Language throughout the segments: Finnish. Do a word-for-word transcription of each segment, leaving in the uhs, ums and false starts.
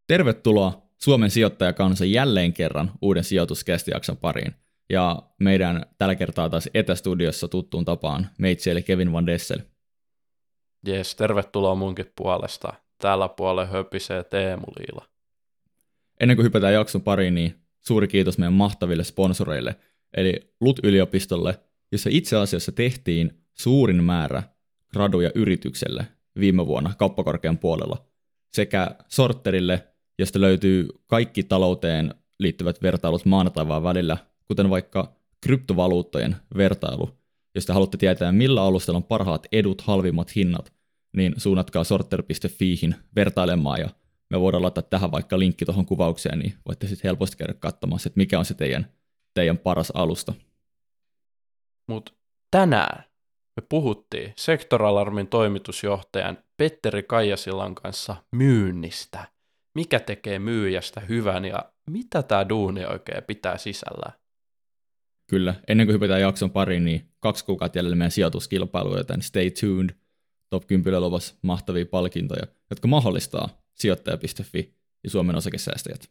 Tervetuloa Suomen sijoittajakansan jälleen kerran uuden sijoituskästijakson pariin. Ja meidän tällä kertaa taas etästudiossa tuttuun tapaan meitsi eli Kevin Van Dessel. Jes, tervetuloa munkin puolesta. Täällä puolella höpisee Teemu Liila. Ennen kuin hypätään jakson pariin, niin suuri kiitos meidän mahtaville sponsoreille, eli L U T-yliopistolle, jossa itse asiassa tehtiin suurin määrä graduja yritykselle viime vuonna kauppakorkean puolella, sekä Sorterille, josta löytyy kaikki talouteen liittyvät vertailut maan ja taivaan välillä, kuten vaikka kryptovaluuttojen vertailu. Jos te haluatte tietää, millä alustalla on parhaat edut, halvimmat hinnat, niin suunnatkaa sorter piste fiihin vertailemaan, ja me voidaan laittaa tähän vaikka linkki tuohon kuvaukseen, niin voitte sitten helposti käydä katsomaan, että mikä on se teidän, teidän paras alusta. Mutta tänään me puhuttiin Sector-Alarmin toimitusjohtajan Petteri Kaijasilan kanssa myynnistä. Mikä tekee myyjästä hyvän ja mitä tämä duuni oikein pitää sisällään? Kyllä, ennen kuin hypätään jakson pariin, niin kaksi kuukautta jäljellä meidän sijoituskilpailuja, joten stay tuned. Top kymmenen luvassa mahtavia palkintoja, jotka mahdollistaa sijoittaja piste fi ja Suomen osakesäästäjät.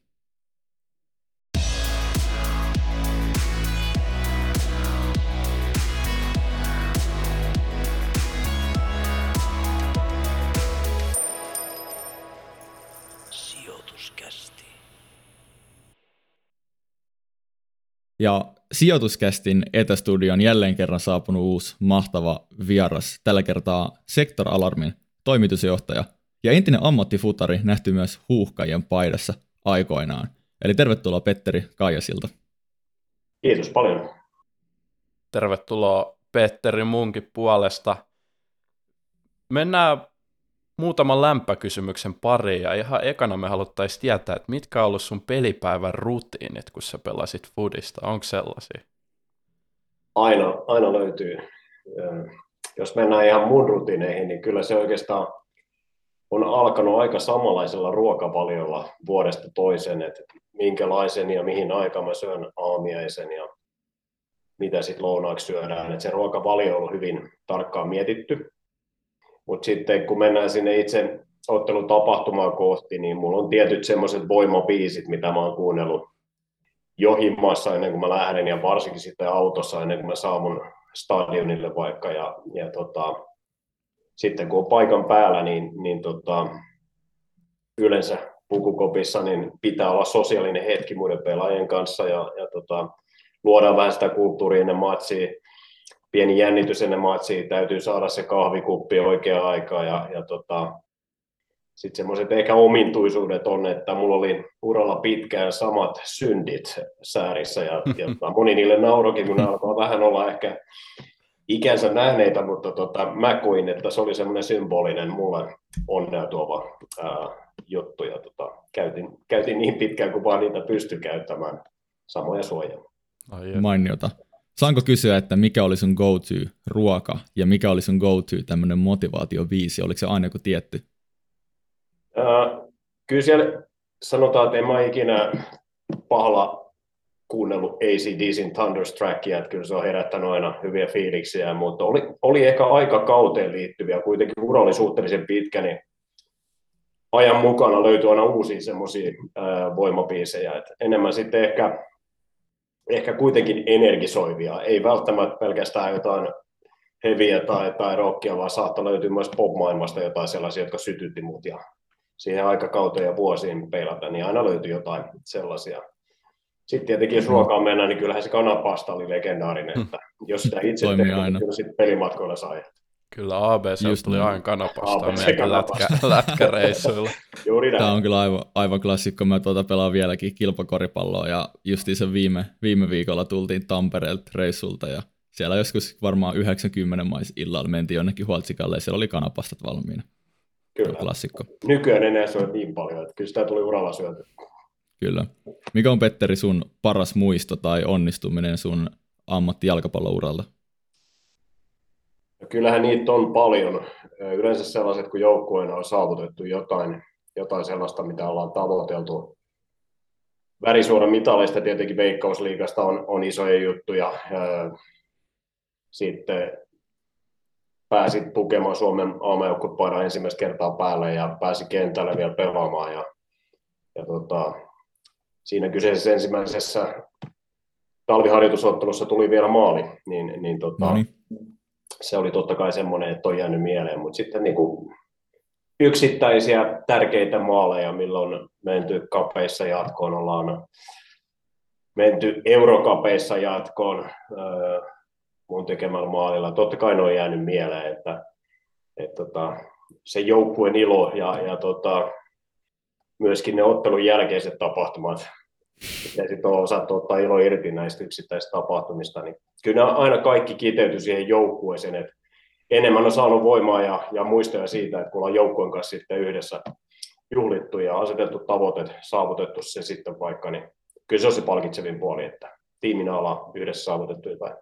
Ja Sijoituskästin etästudioon jälleen kerran saapunut uusi mahtava vieras, tällä kertaa Sector-Alarmin toimitusjohtaja ja entinen ammattifutari nähty myös huuhkajien paidassa aikoinaan. Eli tervetuloa Petteri Kaijasilta. Kiitos paljon. Tervetuloa Petteri munkin puolesta. Mennään muutaman lämpökysymyksen pariin ja ihan ekana me haluttaisiin tietää, että mitkä on ollut sun pelipäivän rutiinit, kun sä pelasit foodista. Onko sellaisia? Aina, aina löytyy. Jos mennään ihan mun rutiineihin, niin kyllä se oikeastaan on alkanut aika samanlaisella ruokavaliolla vuodesta toiseen, että minkälaisen ja mihin aikaan mä syön aamiaisen ja mitä sitten lounaaksi syödään. Että se ruokavalio on ollut hyvin tarkkaan mietitty. Mutta sitten kun mennään sinne itse ottelutapahtumaan kohti, niin mulla on tietyt semmoiset voimabiisit, mitä mä oon kuunnellut jo himmassa ennen kuin mä lähden ja varsinkin sitten autossa ennen kuin mä saavun stadionille vaikka. Ja, ja tota, sitten kun on paikan päällä, niin, niin tota, yleensä pukukopissa niin pitää olla sosiaalinen hetki muiden pelaajien kanssa ja, ja tota, luodaan vähän sitä kulttuuria ennen matsia. Pieni jännitys ennen matsia, täytyy saada se kahvikuppi oikeaan aikaan ja, ja tota, sitten semmoiset ehkä omintuisuudet on, että mulla oli uralla pitkään samat syndit säärissä ja, ja moni niille naurokin, kun ne alkaa vähän olla ehkä ikänsä nähneitä, mutta tota, mä koin, että se oli semmoinen symbolinen mulle onnea tuova ää, juttu ja tota, käytin, käytin niin pitkään kuin vaan niitä pystyi käyttämään samoja suojaa. Mainiota. Saanko kysyä, että mikä oli sun go-to-ruoka ja mikä oli sun go-to tämmöinen motivaatiobiisi? Oliko se aina joku tietty? Äh, kyllä siellä sanotaan, että en mä ikinä pahalla kuunnellut A C D C:n Thunderstrackia, että kyllä se on herättänyt aina hyviä fiiliksiä, mutta oli, oli ehkä aika kauteen liittyviä, kuitenkin ura oli suhteellisen pitkä, niin ajan mukana löytyi aina uusia semmoisia äh, voimabiisejä, että enemmän sitten ehkä ehkä kuitenkin energisoivia, ei välttämättä pelkästään jotain heviä tai, tai rockia, vaan saattaa löytyä myös pop-maailmasta jotain sellaisia, jotka sytytti mut ja siihen aikakauteen ja vuosiin peilata, niin aina löytyy jotain sellaisia. Sitten tietenkin jos ruokaan mennään, niin kyllähän se kanapasta oli legendaarinen, että jos sitä itse tekee, niin kyllä sitten pelimatkoilla sai. Kyllä A B C tuli aina kanapasta meidän lätkä, lätkäreissuilla. Juuri näin. Tämä on kyllä aivan, aivan klassikko. Mä tuota pelaan vieläkin kilpakoripalloa ja justiinsa viime, viime viikolla tultiin Tampereelta reissulta ja siellä joskus varmaan yhdeksänkymmentä mais illalla mentiin jonnekin Huoltsikalle ja siellä oli kanapastat valmiina. Kyllä. Klassikko. Nykyään enää syö niin paljon, että kyllä sitä tuli uralla syöty. Kyllä. Mikä on Petteri sun paras muisto tai onnistuminen sun ammattijalkapallouralla? Kyllähän niitä on paljon. Yleensä sellaiset, kun joukkueena on saavutettu jotain, jotain sellaista, mitä ollaan tavoiteltu. Värisuoran mitaleista tietenkin Veikkausliigasta on, on isoja juttuja. Sitten pääsit pukemaan Suomen A M-joukkuepaidan ensimmäistä kertaa päälle ja pääsi kentälle vielä pelaamaan. Ja tota, siinä kyseisessä ensimmäisessä talviharjoitusottelussa tuli vielä maali, niin, niin tota, se oli totta kai semmoinen, että on jäänyt mieleen, mutta sitten niin kuin yksittäisiä tärkeitä maaleja, milloin menty kapeissa jatkoon, ollaan menty eurokapeissa jatkoon mun tekemällä maalilla. Totta kai ne on jäänyt mieleen, että, että, että se joukkueen ilo ja, ja tota, myöskin ne ottelun jälkeiset tapahtumat, ja sitten on osattu ottaa ilo irti näistä yksittäisistä tapahtumista, niin kyllä aina kaikki kiteytyi siihen joukkueeseen, että enemmän on saanut voimaa ja, ja muistoja siitä, että kun ollaan joukkueen kanssa sitten yhdessä juhlittu ja asetettu tavoitteet, saavutettu se sitten vaikka, niin kyllä se on se palkitsevin puoli, että tiiminä ollaan yhdessä saavutettu jotain.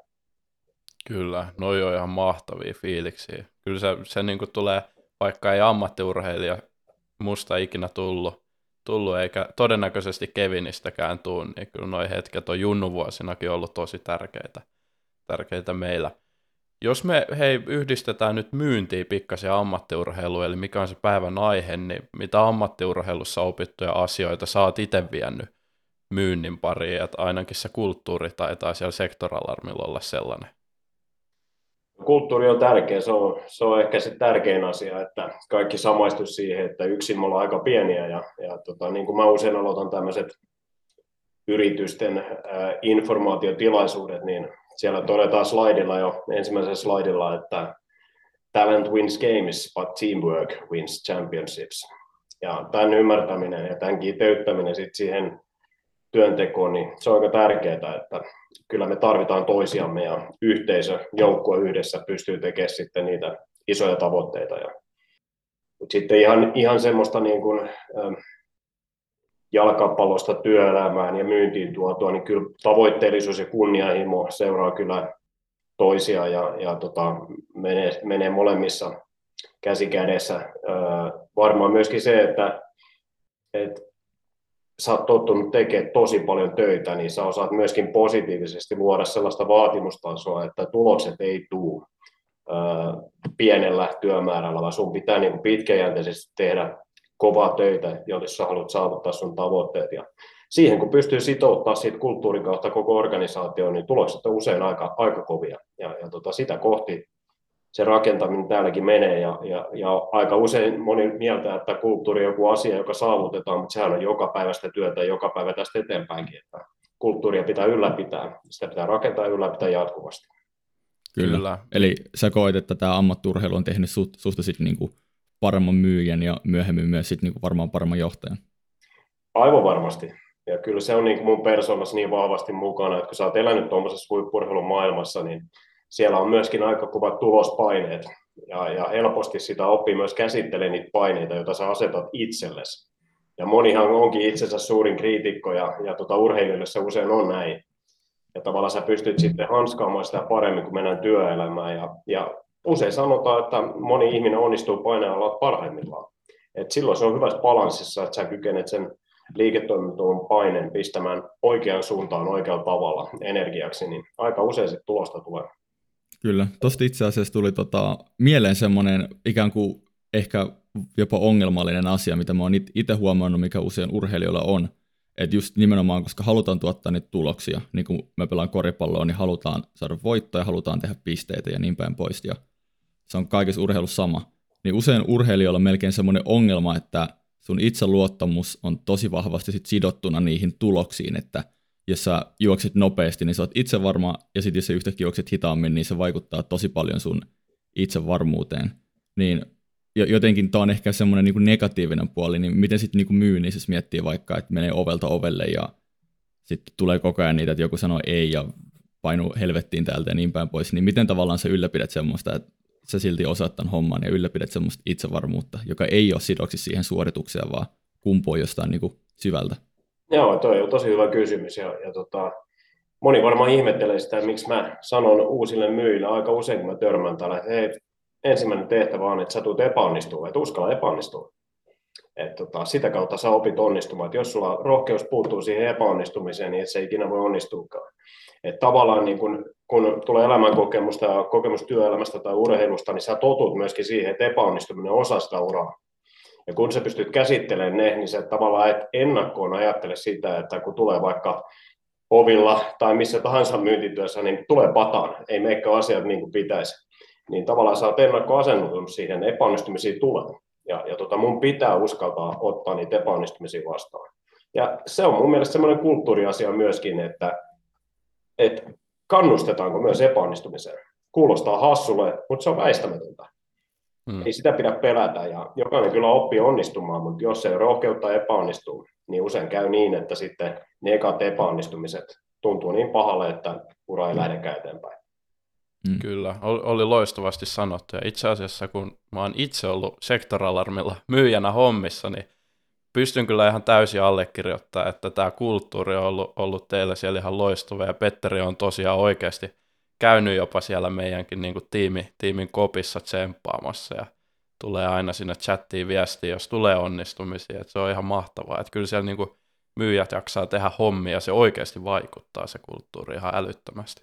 Kyllä, noi on ihan mahtavia fiiliksiä. Kyllä se, se niin kuin tulee, vaikka ei ammattiurheilija musta ikinä tullut, tullut, eikä todennäköisesti Kevinistäkään tule, niin kyllä noi hetket on junnuvuosinakin ollut tosi tärkeitä, tärkeitä meillä. Jos me hei, yhdistetään nyt myyntiä pikkasen ammattiurheiluun, eli mikä on se päivän aihe, niin mitä ammattiurheilussa opittuja asioita sä oot itse vienyt myynnin pariin, että ainakin se kulttuuri taitaa siellä sektoralarmilla olla sellainen. Kulttuuri on tärkeä, se on, se on ehkä se tärkein asia, että kaikki samaistuisi siihen, että yksin me ollaan aika pieniä ja, ja tota, niin kuin mä usein aloitan tämmöiset yritysten äh, informaatiotilaisuudet, niin siellä todetaan slaidilla jo, ensimmäisellä slaidilla, että talent wins games, but teamwork wins championships. Ja tämän ymmärtäminen ja tämän kiteyttäminen sit siihen työntekoon, niin se on aika tärkeää, että kyllä me tarvitaan toisiamme ja yhteisö, joukkue yhdessä pystyy tekemään sitten niitä isoja tavoitteita. Ja, mutta sitten ihan, ihan semmoista niin kuin, ähm, jalkapallosta työelämään ja myyntiin tuotua, niin kyllä tavoitteellisuus ja kunnianhimo seuraa kyllä toisiaan ja, ja tota, menee, menee molemmissa käsi kädessä. Öö, varmaan myöskin se, että et, sä oot tottunut tekemään tosi paljon töitä, niin sä osaat myöskin positiivisesti luoda sellaista vaatimustasoa, että tulokset ei tule öö, pienellä työmäärällä, vaan sun pitää niin kuin pitkäjänteisesti tehdä kovaa töitä, jos sä haluat saavuttaa sun tavoitteet. Ja siihen, kun pystyy sitouttaa siitä kulttuurin kautta koko organisaatioon, niin tulokset on usein aika, aika kovia. Ja, ja tota, sitä kohti se rakentaminen täälläkin menee. Ja, ja, ja aika usein moni mieltä, että kulttuuri on joku asia, joka saavutetaan, mutta sehän on joka päivästä työtä ja joka päivä tästä eteenpäinkin. Että kulttuuria pitää ylläpitää. Sitä pitää rakentaa ja ylläpitää jatkuvasti. Kyllä. Kyllä. Eli sä koet, että tämä ammattiurheilu on tehnyt susta sitten niinku paremman myyjän ja myöhemmin myös sit niinku varmaan paremman johtajan. Aivan varmasti. Ja kyllä se on niinku mun persoonassa niin vahvasti mukana, että kun sä oot elänyt tuommoisessa huippu-urheilun maailmassa, niin siellä on myöskin aika kovat tulospaineet. Ja, ja helposti sitä oppii myös käsittelemään niitä paineita, joita sä asetat itsellesi. Ja monihan onkin itsensä suurin kriitikko, ja, ja tota, urheilijoille se usein on näin. Ja tavallaan sä pystyt sitten hanskaamaan sitä paremmin, kun mennään työelämään. Ja, ja usein sanotaan, että moni ihminen onnistuu painajalla parhaimmillaan. Et silloin se on hyvässä balanssissa, että sä kykenet sen liiketoimintoon paineen pistämään oikeaan suuntaan oikealla tavalla energiaksi, niin aika usein se tulosta tulee. Kyllä, tuosta itse asiassa tuli tota, mieleen semmoinen ikään kuin ehkä jopa ongelmallinen asia, mitä mä oon itse huomannut, mikä usein urheilijoilla on. Että just nimenomaan, koska halutaan tuottaa niitä tuloksia, niin kuin me pelaan koripalloa, niin halutaan saada voittoja, halutaan tehdä pisteitä ja niin päin pois. Ja se on kaikessa urheilussa sama. Niin usein urheilijoilla on melkein semmoinen ongelma, että sun itseluottamus on tosi vahvasti sit sidottuna niihin tuloksiin, että jos sä juokset nopeasti, niin sä oot itse varma, ja sitten jos sä yhtäkkiä juokset hitaammin, niin se vaikuttaa tosi paljon sun itsevarmuuteen. Niin jotenkin tämä on ehkä semmoinen niin kuin negatiivinen puoli, niin miten sitten niin kuin myynnissä miettii vaikka, että menee ovelta ovelle ja sitten tulee koko ajan niitä, että joku sanoo ei ja painuu helvettiin täältä ja niin päin pois, niin miten tavallaan sä ylläpidät semmoista, että sä silti osaat tämän homman ja ylläpidät semmoista itsevarmuutta, joka ei ole sidoksissa siihen suoritukseen, vaan kumpuaa jostain niin kuin syvältä. Joo, toi on tosi hyvä kysymys ja, ja tota, moni varmaan ihmettelee sitä, miksi mä sanon uusille myyjille aika usein, kun mä törmään täällä, että hei, ensimmäinen tehtävä on, että sä tulet epäonnistumaan, että uskalla epäonnistua. Et tota, sitä kautta sä opit onnistumaan. Et jos sulla rohkeus puuttuu siihen epäonnistumiseen, niin et se ikinä voi onnistuakaan. Et tavallaan niin kun, kun tulee elämänkokemusta ja kokemus työelämästä tai urheilusta, niin sä totut myöskin siihen, että epäonnistuminen on osa sitä uraa. Ja kun sä pystyt käsittelemään ne, niin sä tavallaan et ennakkoon ajattele sitä, että kun tulee vaikka ovilla tai missä tahansa myyntityössä, niin tulee pataan, ei meikään asiat niin kuin pitäisi. Niin tavallaan sä oot ennakkoasennutunut siihen, epäonnistumisia tulee. Ja, ja tota, mun pitää uskaltaa ottaa niitä epäonnistumisia vastaan. Ja se on mun mielestä semmoinen kulttuuriasia myöskin, että, että kannustetaanko myös epäonnistumiseen. Kuulostaa hassulle, mutta se on väistämätöntä. Hmm. Ei sitä pidä pelätä ja jokainen kyllä oppii onnistumaan, mutta jos ei rohkeutta epäonnistuu, niin usein käy niin, että sitten ne ekat epäonnistumiset tuntuu niin pahalle, että ura ei lähdekään eteenpäin. Mm. Kyllä, oli loistavasti sanottu. Ja itse asiassa, kun mä oon itse ollut sektoralarmilla myyjänä hommissa, niin pystyn kyllä ihan täysin allekirjoittamaan, että tämä kulttuuri on ollut, ollut teillä siellä ihan loistava. Ja Petteri on tosiaan oikeasti käynyt jopa siellä meidänkin niin kuin tiimi, tiimin kopissa tsemppaamassa. Ja tulee aina sinne chattiin viestiä, jos tulee onnistumisia. Että se on ihan mahtavaa. Että kyllä siellä niin kuin myyjät jaksaa tehdä hommia ja se oikeasti vaikuttaa se kulttuuri ihan älyttömästi.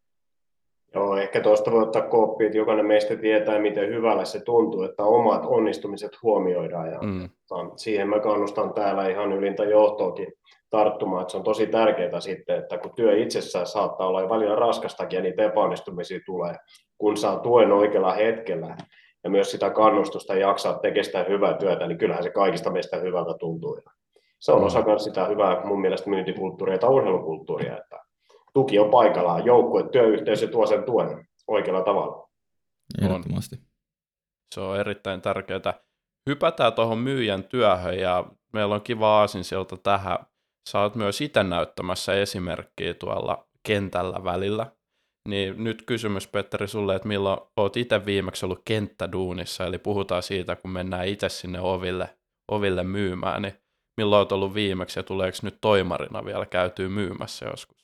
Joo, ehkä tuosta voi ottaa koppia, että jokainen meistä tietää, miten hyvällä se tuntuu, että omat onnistumiset huomioidaan. Ja mm. siihen mä kannustan täällä ihan ylintä johtoakin tarttumaan, että se on tosi tärkeää sitten, että kun työ itsessään saattaa olla välillä raskastakin ja niitä epäonnistumisia tulee, kun saa tuen oikealla hetkellä ja myös sitä kannustusta jaksaa tekemään sitä hyvää työtä, niin kyllähän se kaikista meistä hyvältä tuntuu. Se on osa myös sitä hyvää mun mielestä myyntikulttuuria tai urheilukulttuuria, että tuki on paikallaan, joukkue, työyhteisö tuo sen tuen oikealla tavalla. Ehdottomasti. Se on erittäin tärkeää. Hypätään tuohon myyjän työhön ja meillä on kiva aasinsilta tähän. Sä oot myös itse näyttämässä esimerkkiä tuolla kentällä välillä. Niin nyt kysymys, Petteri, sulle, että milloin oot itse viimeksi ollut kenttäduunissa, eli puhutaan siitä, kun mennään itse sinne oville, oville myymään, niin milloin oot ollut viimeksi ja tuleeko nyt toimarina vielä käytyy myymässä joskus?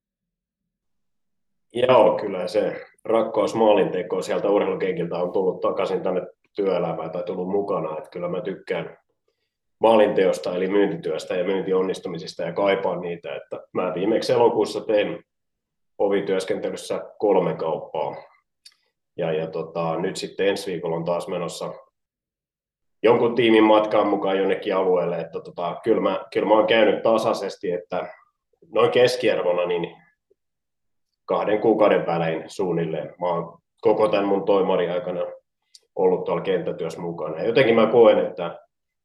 Joo, kyllä se rakkaus maalintekoon sieltä urheilukenkiltä on tullut takaisin tänne työelämään tai tullut mukana, että kyllä mä tykkään maalinteosta eli myyntityöstä ja myyntionnistumisista ja kaipaan niitä, että mä viimeksi elokuussa tein ovityöskentelyssä kolme kauppaa ja, ja tota, nyt sitten ensi viikolla on taas menossa jonkun tiimin matkaan mukaan jonnekin alueelle, että tota, kyllä, mä, kyllä mä oon käynyt tasaisesti, että noin keskiarvona niin kahden kuukauden välein suunnilleen. Mä oon koko tämän mun toimariaikana ollut tuolla kenttätyössä mukana. Ja jotenkin mä koen, että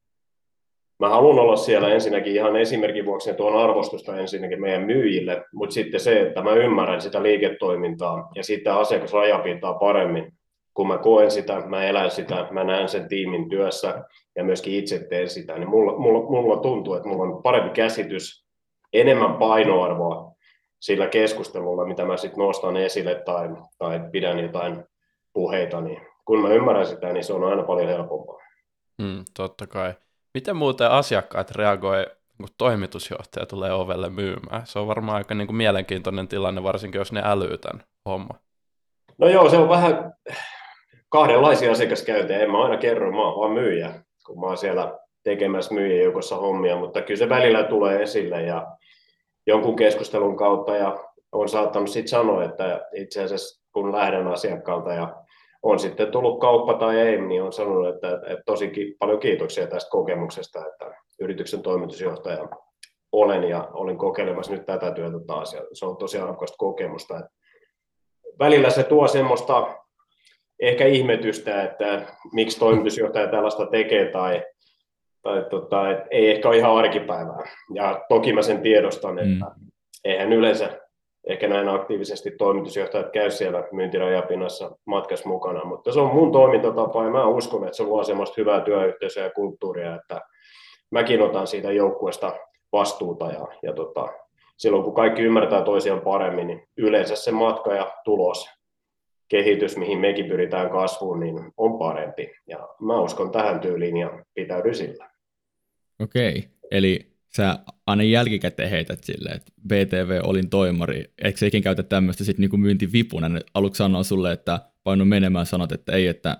mä haluan olla siellä ensinnäkin ihan esimerkin vuoksi tuon arvostusta ensinnäkin meidän myyjille, mutta sitten se, että mä ymmärrän sitä liiketoimintaa ja sitä asiakasrajapintaa paremmin. Kun mä koen sitä, mä elän sitä, mä näen sen tiimin työssä ja myöskin itse teen sitä, niin mulla, mulla, mulla tuntuu, että mulla on parempi käsitys, enemmän painoarvoa sillä keskustelulla, mitä mä sitten nostan esille tai, tai pidän jotain puheita, niin kun mä ymmärrän sitä, niin se on aina paljon helpompaa. Mm, totta kai. Miten muuten asiakkaat reagoi, kun toimitusjohtaja tulee ovelle myymään? Se on varmaan aika niin kuin mielenkiintoinen tilanne, varsinkin jos ne älyy tämän homman. No joo, se on vähän kahdenlaisia asiakaskäyntejä. En mä aina kerro, mä oon vaan myyjä, kun mä oon siellä tekemässä myyjien joukossa hommia, mutta kyllä se välillä tulee esille ja jonkun keskustelun kautta ja on saattanut sitten sanoa, että itse asiassa kun lähden asiakkaalta ja on sitten tullut kauppa tai ei, niin on sanonut, että, että tosi paljon kiitoksia tästä kokemuksesta, että yrityksen toimitusjohtaja olen ja olin kokeilemassa nyt tätä työtä taas ja se on tosi arvokasta kokemusta. Että välillä se tuo semmoista ehkä ihmetystä, että miksi toimitusjohtaja tällaista tekee tai Tai tota, et ei ehkä ole ihan arkipäivää. Ja toki mä sen tiedostan, että mm. eihän yleensä ehkä näin aktiivisesti toimitusjohtajat käy siellä myyntirajapinnassa matkassa mukana, mutta se on mun toimintatapa ja mä uskon, että se luo semmoista hyvää työyhteisöä ja kulttuuria, että mäkin otan siitä joukkueesta vastuuta ja, ja tota, silloin kun kaikki ymmärtää toisiaan paremmin, niin yleensä se matka ja tulos, kehitys, mihin mekin pyritään kasvuun, niin on parempi. Ja mä uskon tähän tyyliin ja pitäydyn sillä. Okei, eli sä aina jälkikäteen heität silleen, että B T V olin toimari. Eikö sä ikin käytä tämmöistä sitten niinku myyntivipuna? Aluksi sanoa sulle, että paino menemään, sanot, että ei, että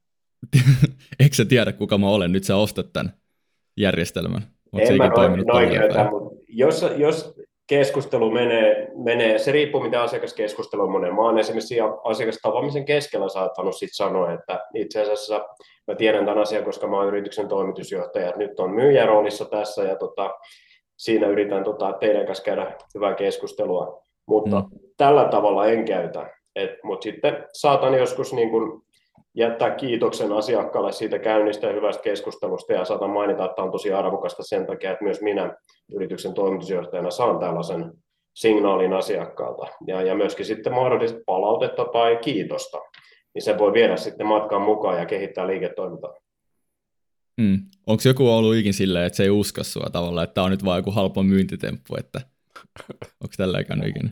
eikö sä tiedä, kuka mä olen, nyt sä ostat tämän järjestelmän. Oot en mä noin, noin käytä, mutta jos, jos keskustelu menee, menee, se riippuu mitä asiakaskeskustelu on monen. Mä oon esimerkiksi asiakastavaamisen keskellä saattanut sit sanoa, että itse asiassa mä tiedän tämän asian, koska mä oon yrityksen toimitusjohtaja, nyt on myyjän roolissa tässä ja tota, siinä yritän tota, teidän kanssa käydä hyvää keskustelua, mutta mm. tällä tavalla en käytä, mutta sitten saatan joskus niin kun jättää kiitoksen asiakkaalle siitä käynnistä ja hyvästä keskustelusta ja saatan mainita, että on tosi arvokasta sen takia, että myös minä yrityksen toimitusjohtajana saan tällaisen signaalin asiakkaalta ja, ja myöskin sitten mahdollisesti palautetta tai kiitosta, niin se voi viedä sitten matkaan mukaan ja kehittää liiketoimintaa. Mm. Onko joku ollut ikin silleen, että se ei usko sua tavallaan, että tämä on nyt vaan joku halpa myyntitemppu, että onko tällä käynyt ikinä?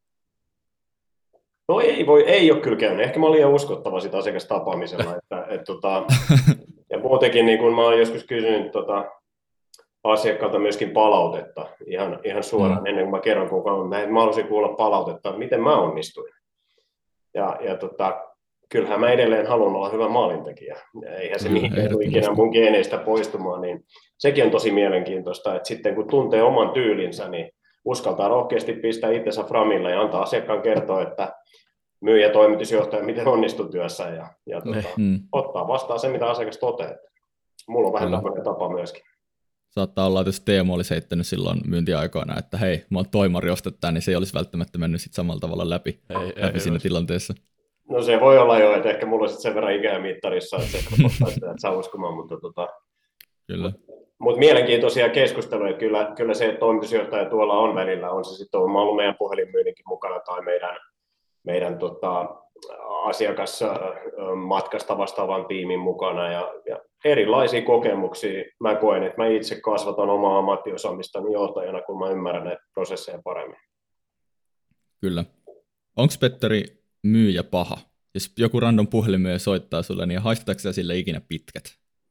No ei, voi, ei ole kyllä käynyt. Ehkä mä olin liian uskottava sitä asiakastapaamisella. Että, et, tota, ja muutenkin niin kun mä olen joskus kysynyt tota, asiakkaalta myöskin palautetta ihan, ihan suoraan mm. ennen kuin mä kerron, kuinka mä, mä haluaisin kuulla palautetta, että miten mä onnistuin. Ja, ja tota, kyllähän mä edelleen haluan olla hyvä maalintekijä. Eihän se mm, mihinkään tule ikinä mun geeneistä poistumaan. Niin sekin on tosi mielenkiintoista, että sitten kun tuntee oman tyylinsä, niin uskaltaa rohkeasti pistää itsensä framille ja antaa asiakkaan kertoa, että myyjä, toimitusjohtaja, miten onnistui työssä ja, ja tuota, mm. ottaa vastaan se, mitä asiakas toteaa. Mulla on vähän tämmöinen tapa myöskin. Saattaa olla, että jos Teemu olisi heittänyt silloin myyntiaikoina, että hei, mä oon toimari, ostettaan, niin se ei olisi välttämättä mennyt sit samalla tavalla läpi, ei, läpi ei, siinä ei tilanteessa. No se voi olla jo, että ehkä mulla on sen verran ikää mittarissa, että se ottaa sitä, että saa uskomaan, mutta tota, kyllä. Mutta mielenkiintoisia keskusteluja. Kyllä, kyllä se toimitusjohtaja tuolla on välillä. On se sitten ollut meidän puhelinmyynninkin mukana tai meidän, meidän tota, asiakasmatkasta vastaavan tiimin mukana. Ja, ja erilaisia kokemuksia. Mä koen, että mä itse kasvatan omaa ammattiosaamistani johtajana, kun mä ymmärrän näitä prosesseja paremmin. Kyllä. Onko Petteri myyjä paha? Jos joku random puhelinmyyjä soittaa sulle, niin haistatko sä sille ikinä pitkät?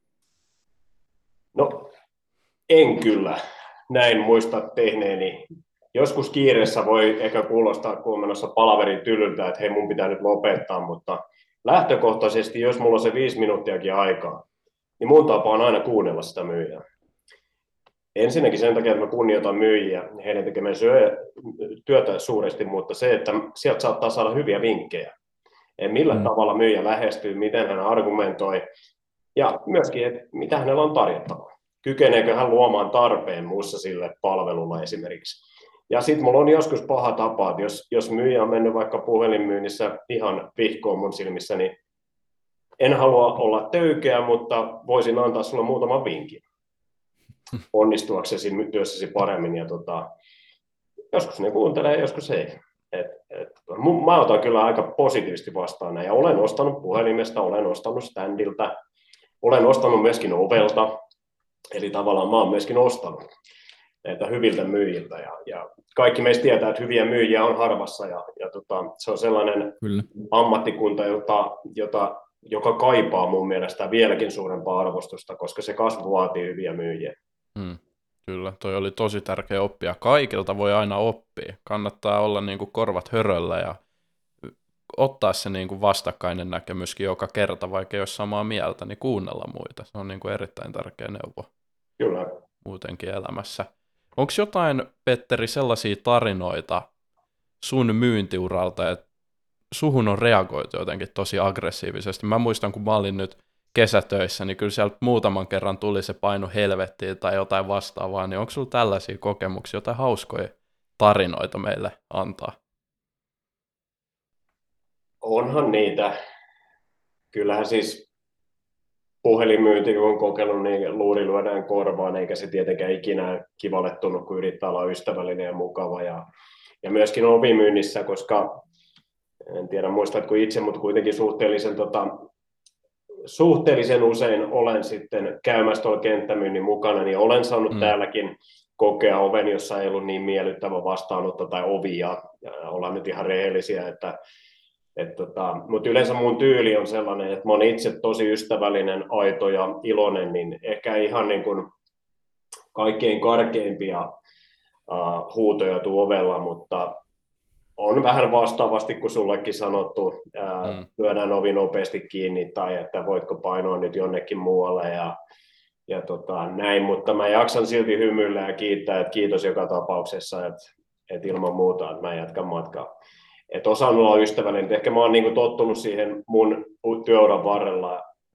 No, en kyllä. Näin muista tehneeni. Joskus kiireessä voi ehkä kuulostaa, kun on menossa palaverin tylyltä, että hei, mun pitää nyt lopettaa, mutta lähtökohtaisesti, jos mulla on se viisi minuuttiakin aikaa, niin mun tapa on aina kuunnella sitä myyjää. Ensinnäkin sen takia, että mä kunnioitan myyjiä, heidän tekemään työtä suuresti, mutta se, että sieltä saattaa saada hyviä vinkkejä. Millä mm. tavalla myyjä lähestyy, miten hän argumentoi, ja myöskin, että mitä hänellä on tarjottavaa. Kykeneekö hän luomaan tarpeen muussa sille palvelulla esimerkiksi. Ja sitten mulla on joskus paha tapa, että jos, jos myyjä on mennyt vaikka puhelinmyynnissä ihan vihkoon mun silmissä, niin en halua olla töykeä, mutta voisin antaa sulle muutaman vinkin onnistuaksesi työssäsi paremmin. Ja tota, joskus ne kuuntelee, joskus ei. Et, et, mä otan kyllä aika positiivisesti vastaan näin. Ja olen ostanut puhelimesta, olen ostanut standilta, olen ostanut myöskin ovelta. Eli tavallaan mä oon myöskin ostanut näitä hyviltä myyjiltä. Ja, ja kaikki meistä tietää, että hyviä myyjiä on harvassa. Ja, ja tota, se on sellainen kyllä. ammattikunta, jota, jota, joka kaipaa mun mielestä vieläkin suurempaa arvostusta, koska se kasvu vaatii hyviä myyjiä. Hmm. Kyllä, toi oli tosi tärkeä oppia. Kaikilta voi aina oppia. Kannattaa olla niin kuin korvat höröllä ja ottaa se niin kuin vastakkainen näkemyskin joka kerta, vaikka ei ole samaa mieltä, niin kuunnella muita. Se on niin kuin erittäin tärkeä neuvo. Kyllä. Muutenkin elämässä. Onko jotain, Petteri, sellaisia tarinoita sun myyntiuralta, että suhun on reagoitu jotenkin tosi aggressiivisesti? Mä muistan, kun mä olin nyt kesätöissä, niin kyllä sieltä muutaman kerran tuli se paino helvettiin tai jotain vastaavaa, niin onko sulla tällaisia kokemuksia, jotain hauskoja tarinoita meille antaa? Onhan niitä. Kyllähän siis puhelinmyynti, kun on kokenut, niin luuri lyödään korvaan, eikä se tietenkään ikinä kivalle tunnu, kun yrittää olla ystävällinen ja mukava. Ja, ja myöskin ovimyynnissä, koska en tiedä muistatko itse, mutta kuitenkin suhteellisen, tota, suhteellisen usein olen sitten käymässä tuolla kenttämyynnin mukana, niin olen saanut mm. täälläkin kokea oven, jossa ei ollut niin miellyttävä vastaanotto tai ovia. Ja ollaan nyt ihan rehellisiä, että Et tota, mutta yleensä mun tyyli on sellainen, että mä oon itse tosi ystävällinen, aito ja iloinen, niin ehkä ihan niin kuin kaikkein karkeimpia uh, huutoja tuu ovella, mutta on vähän vastaavasti kuin sullekin sanottu, uh, mm. lyödään ovi nopeasti kiinni tai että voitko painoa nyt jonnekin muualle ja, ja tota, näin, mutta mä jaksan silti hymyillä ja kiittää, että kiitos joka tapauksessa, että, että ilman muuta, että mä jatkan matkaa. Että osaan olla ystävällinen. Ehkä mä oon niinku tottunut siihen mun työuran varrella,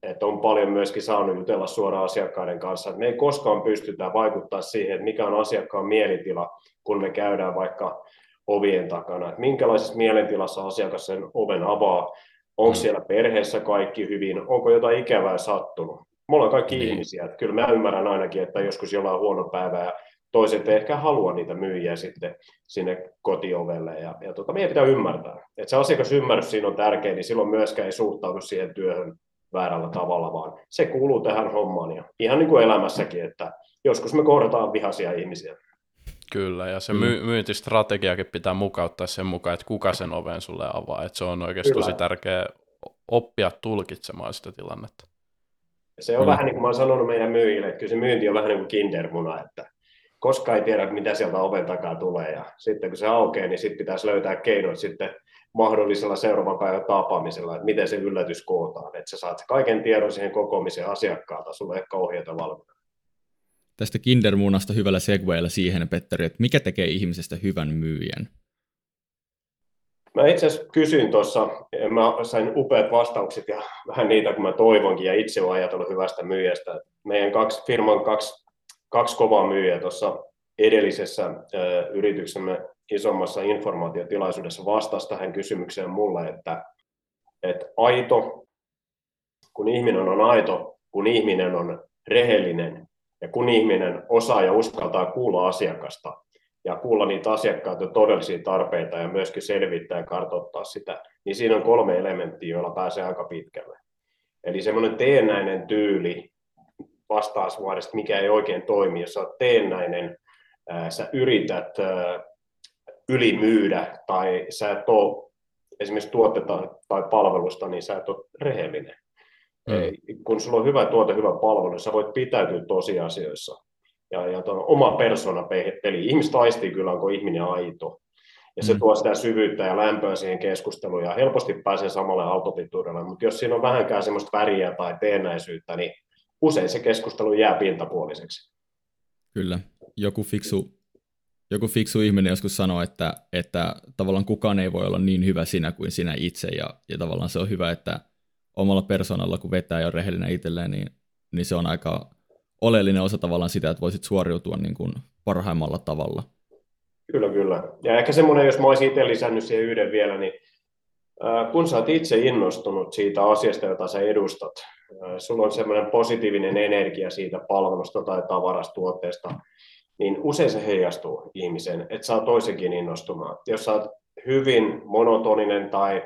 että on paljon myöskin saanut jutella suoraan asiakkaiden kanssa, että me ei koskaan pystytä vaikuttaa siihen, että mikä on asiakkaan mielitila, kun me käydään vaikka ovien takana, että minkälaisessa mielentilassa asiakas sen oven avaa, onko mm. siellä perheessä kaikki hyvin, onko jotain ikävää sattunut. Me ollaan kaikki niin. ihmisiä, että kyllä mä ymmärrän ainakin, että joskus jollain on huono päivä ja toiset ei ehkä halua niitä myyjiä sitten sinne kotiovelle ja, ja tota, meidän pitää ymmärtää, että se asiakasymmärrys siinä on tärkeä, niin silloin myöskään ei suhtaudu siihen työhön väärällä tavalla, vaan se kuuluu tähän hommaan ja ihan niin kuin elämässäkin, että joskus me kohdataan vihaisia ihmisiä. Kyllä, ja se my- myyntistrategiakin pitää mukauttaa sen mukaan, että kuka sen oven sulle avaa, että se on oikeasti Kyllä. tosi tärkeää oppia tulkitsemaan sitä tilannetta. Se on mm. vähän niin kuin mä oon sanonut meidän myyjille, että kyllä se myynti on vähän niin kuin kindermuna, että koskaan ei tiedä, mitä sieltä oven takaa tulee, ja sitten kun se aukeaa, niin sitten pitäisi löytää keinot sitten mahdollisella seuraavan päivän tapaamisella, että miten se yllätys kootaan, että sä saat kaiken tiedon siihen kokoamiseen asiakkaalta, sulle ei ole kauheata valmiina. Tästä kindermunasta hyvällä segwaylla siihen, Petteri, että mikä tekee ihmisestä hyvän myyjän? Mä itse asiassa kysyin tuossa, mä sain upeat vastaukset ja vähän niitä, kun mä toivonkin, ja itse olen ajatellut hyvästä myyjästä. Meidän kaksi, firman kaksi, kaksi kovaa myyjää tuossa edellisessä ö, yrityksemme isommassa informaatiotilaisuudessa vastasi tähän kysymykseen mulle, että, että aito, kun ihminen on aito, kun ihminen on rehellinen, ja kun ihminen osaa ja uskaltaa kuulla asiakasta ja kuulla niitä asiakkaita todellisia tarpeita ja myöskin selvittää ja kartoittaa sitä, niin siinä on kolme elementtiä, joilla pääsee aika pitkälle. Eli semmoinen teennäinen tyyli vastausvuodesta, mikä ei oikein toimi. Jos sä oot teennäinen, ää, sä yrität ää, ylimyydä tai sä et ole esimerkiksi tuotetta tai palvelusta, niin sä et ole rehellinen. Mm. Kun sulla on hyvä tuote, hyvä palvelu, niin sä voit pitäytyä tosiasioissa. Ja, ja oma persoonapeli. Ihmistä aistii kyllä, onko ihminen aito. Ja se mm. tuo sitä syvyyttä ja lämpöä siihen keskusteluun ja helposti pääsee samalle autopituudelle. Mutta jos siinä on vähänkään semmoista väriä tai teennäisyyttä, niin usein se keskustelu jää pintapuoliseksi. Kyllä. Joku fiksu, joku fiksu ihminen joskus sanoo, että, että tavallaan kukaan ei voi olla niin hyvä sinä kuin sinä itse. Ja, ja tavallaan se on hyvä, että omalla persoonalla, kun vetää ja on rehellinen itselleen, niin, niin se on aika oleellinen osa tavallaan sitä, että voisit suoriutua niin kuin parhaimmalla tavalla. Kyllä, kyllä. Ja ehkä semmoinen, jos mä olisin itse lisännyt siihen yhden vielä, niin äh, kun sä oot itse innostunut siitä asiasta, jota sä edustat, äh, sulla on semmoinen positiivinen energia siitä palvelusta tai tavarasta, tuotteesta, niin usein se heijastuu ihmisen, että saa toisenkin innostumaan. Jos sä oot hyvin monotoninen tai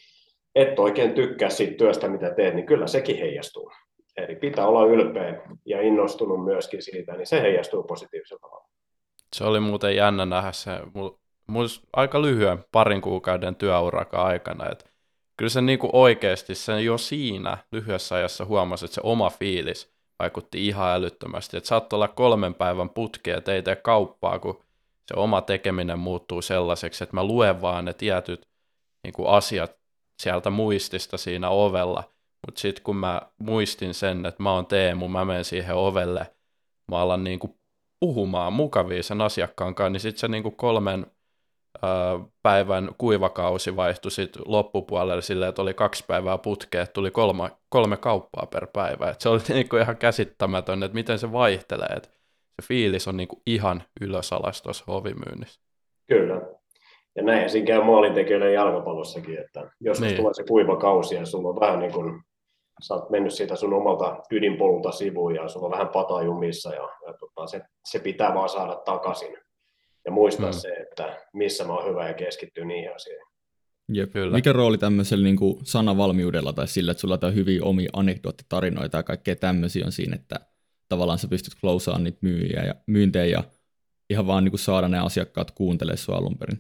et oikein tykkää siitä työstä, mitä teet, niin kyllä sekin heijastuu. Eli pitää olla ylpeä ja innostunut myöskin siitä, niin se heijastuu positiivisella tavalla. Se oli muuten jännä nähdä se mun aika lyhyen parin kuukauden työurakan aikana. Että kyllä se niinku oikeasti sen jo siinä lyhyessä ajassa huomasi, että se oma fiilis vaikutti ihan älyttömästi. Että saattoi olla kolmen päivän putkea, että ei tee kauppaa, kun se oma tekeminen muuttuu sellaiseksi, että mä luen vaan ne tietyt niinku asiat sieltä muistista siinä ovella. Mutta sitten kun mä muistin sen, että mä oon Teemu, mä menen siihen ovelle, mä alan niinku puhumaan mukavia sen asiakkaan kanssa, niin sitten se niinku kolmen ö, päivän kuivakausi vaihtui sit loppupuolelle silleen, että oli kaksi päivää putkea, että tuli kolme, kolme kauppaa per päivä. Et se oli niinku ihan käsittämätön, että miten se vaihtelee. Et se fiilis on niinku ihan ylösalas tuossa hovimyynnissä. Kyllä. Ja näin siinä käy maalintekijöille jalkapallossakin, että joskus niin. tulee se kuiva kausi ja sulla on vähän niin kuin, sä oot mennyt siitä sun omalta ydinpolulta sivuun ja sulla on vähän pataa jumissa ja, ja tota, se, se pitää vaan saada takaisin ja muistaa mm. se, että missä mä oon hyvä ja keskittyy niihin asioihin. Jep. Mikä rooli tämmöisellä niin kuin sanavalmiudella tai sillä, että sulla on hyviä omia anekdoottitarinoita ja kaikkea tämmöisiä on siinä, että tavallaan sä pystyt closeaan niitä myyjiä ja myyntejä ja ihan vaan niin kuin saada ne asiakkaat kuuntelemaan sua alun perin?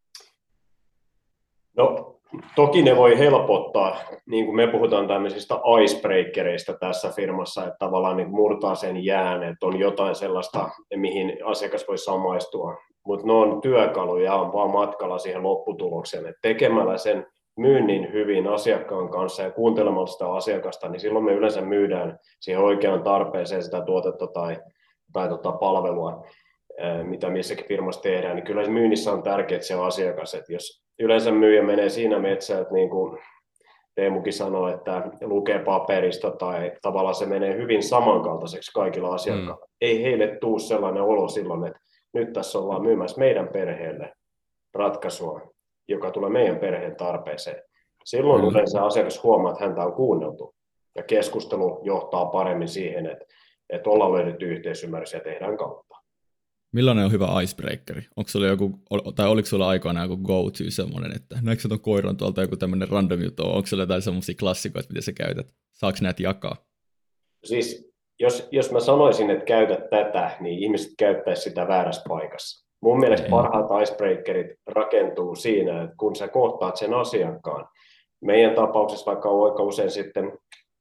No, toki ne voi helpottaa, niin kuin me puhutaan tämmöisistä icebreakereista tässä firmassa, että tavallaan niin murtaa sen jään, että on jotain sellaista, mihin asiakas voi samaistua, mutta ne on työkaluja, on vaan matkalla siihen lopputulokseen, että tekemällä sen myynnin hyvin asiakkaan kanssa ja kuuntelemalla sitä asiakasta, niin silloin me yleensä myydään siihen oikeaan tarpeeseen sitä tuotetta tai, tai tota palvelua, mitä missäkin firmassa tehdään, niin kyllä myynnissä on tärkeää se asiakas, että jos yleensä myyjä menee siinä metsään, että niin kuin Teemukin sanoi, että lukee paperista tai tavallaan se menee hyvin samankaltaiseksi kaikilla asiakkailla. Mm. Ei heille tule sellainen olo silloin, että nyt tässä ollaan myymässä meidän perheelle ratkaisua, joka tulee meidän perheen tarpeeseen. Silloin mm. yleensä asiakas huomaa, että häntä on kuunneltu ja keskustelu johtaa paremmin siihen, että, että ollaan löydetty yhteisymmärrys ja tehdään kautta. Millainen on hyvä icebreakeri? Onko sulla joku, tai oliko sulla aikoinaan joku go-to semmoinen, että näetkö sä ton koiran tuolta joku tämmöinen random juttu, onko sulla jotain semmoisia klassikoita, mitä sä käytät? Saako näitä jakaa? Siis jos, jos mä sanoisin, että käytä tätä, niin ihmiset käyttäisi sitä väärässä paikassa. Mun mielestä Ei. parhaat icebreakerit rakentuu siinä, että kun sä kohtaat sen asiakkaan, meidän tapauksessa vaikka on aika usein sitten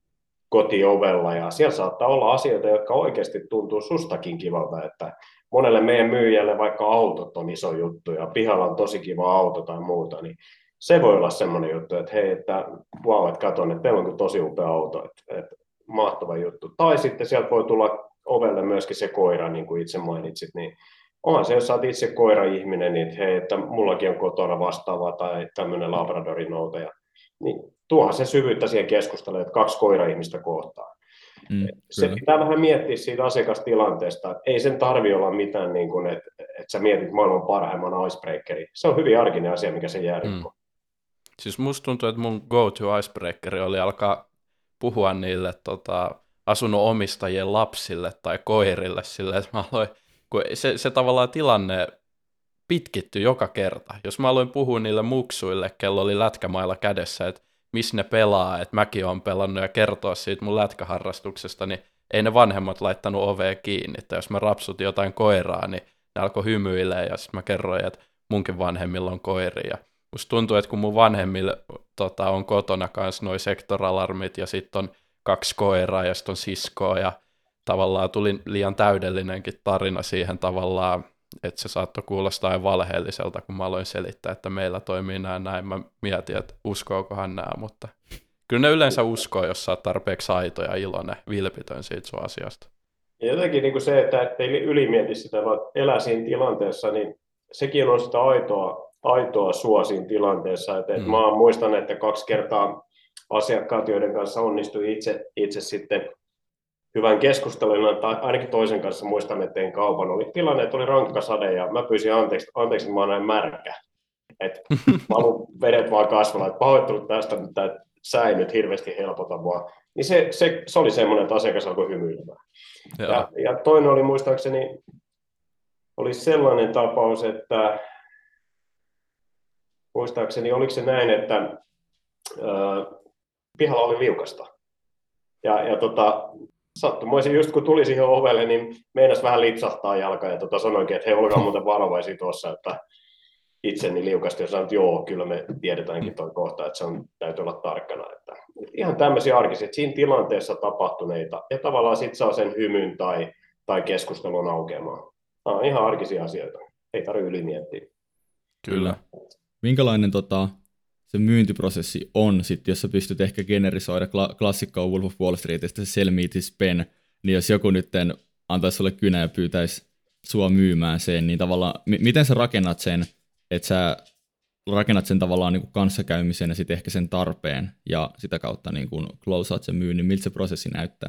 kotiovella, ja siellä saattaa olla asioita, jotka oikeasti tuntuu sustakin kivalta, että monelle meidän myyjälle vaikka autot on iso juttu, ja pihalla on tosi kiva auto tai muuta, niin se voi olla semmoinen juttu, että hei, että wow, että katon, että teillä on tosi upea auto, että, että mahtava juttu. Tai sitten sieltä voi tulla ovelle myöskin se koira, niin kuin itse mainitsit, niin onhan se, jos sä oot itse koira-ihminen, niin että hei, että mullakin on kotona vastaava tai tämmöinen Labradorin noutaja, niin tuohan se syvyyttä siihen keskusteluun, että kaksi koira-ihmistä kohtaa. Mm, se pitää vähän miettiä siitä asiakastilanteesta, että ei sen tarvitse olla mitään, niin kuin, että, että sä mietit maailman parhaimman icebreakeri. Se on hyvin arkinen asia, mikä se jää mm. Siis musta tuntuu, että mun go-to icebreakeri oli alkaa puhua niille tota, asunnon omistajien lapsille tai koirille silleen, että mä aloin, kun se, se tavallaan tilanne pitkittyi joka kerta. Jos mä aloin puhua niille muksuille, kello oli lätkämailla kädessä, että missä ne pelaa, että mäkin olen pelannut ja kertoa siitä mun lätkäharrastuksesta, niin ei ne vanhemmat laittanut ovea kiinni. Että jos mä rapsutin jotain koiraa, niin ne alkoi hymyilee ja sitten mä kerroin, että munkin vanhemmilla on koiria. Musta tuntuu, että kun mun vanhemmilla tota, on kotona kanssa noi sektoralarmit ja sitten on kaksi koiraa ja sitten on siskoa ja tavallaan tuli liian täydellinenkin tarina siihen tavallaan, että se saattoi kuulostaa valheelliselta, kun mä aloin selittää, että meillä toimii näin näin. Mä mietin, että uskookohan nämä, mutta kyllä ne yleensä uskoo, jos sä oot tarpeeksi aito ja iloinen, vilpitön siitä sun asiasta. Ja jotenkin niin kuin se, että ei ylimieti sitä, vaan elää siinä tilanteessa, niin sekin on sitä aitoa, aitoa sua siinä tilanteessa. Että, mm. että mä muistan, että kaksi kertaa asiakkaat, joiden kanssa onnistui itse, itse sitten hyvän keskustelun, tai ainakin toisen kanssa muistan, että tein kaupan. Oli tilanne, että oli rankka sade ja mä pyysin anteeksi, anteeksi että mä oon näin märkä. Että mä haluan vedet vaan kasvalla, että pahoittelut tästä, mutta tämä sää ei nyt hirveästi helpota vaan. Niin se, se, se oli semmoinen, että asiakas alkoi hymyilemään. Ja, ja toinen oli muistaakseni, oli sellainen tapaus, että muistaakseni oliko se näin, että ää, pihalla oli liukasta. Ja, ja tota, sattumoisin just kun tuli siihen ovelle, niin meinasi vähän lipsahtaa jalka ja tota sanoinkin, että hei, olkaa muuten varovaisia tuossa, että itseni liukasti ja sanoin, että joo, kyllä me tiedetäänkin tuon kohta, että se on, täytyy olla tarkkana. Että ihan tämmöisiä arkisia, siinä tilanteessa tapahtuneita ja tavallaan sitten saa sen hymyn tai, tai keskustelun aukeamaan. Nämä on ihan arkisia asioita, ei tarvitse ylimiettiä. Kyllä. Minkälainen tota, se myyntiprosessi on, sit, jos sä pystyt ehkä generisoida kla- klassikkoa Wolf of Wall Streetistä, se sell me this pen, niin jos joku nyt antaisi sulle kynä ja pyytäisi sua myymään sen, niin tavallaan, m- miten sä rakennat sen, että sä rakennat sen tavallaan niin kuin kanssakäymisen ja sitten ehkä sen tarpeen ja sitä kautta niin kuin closeat sen myynnin, miltä se prosessi näyttää?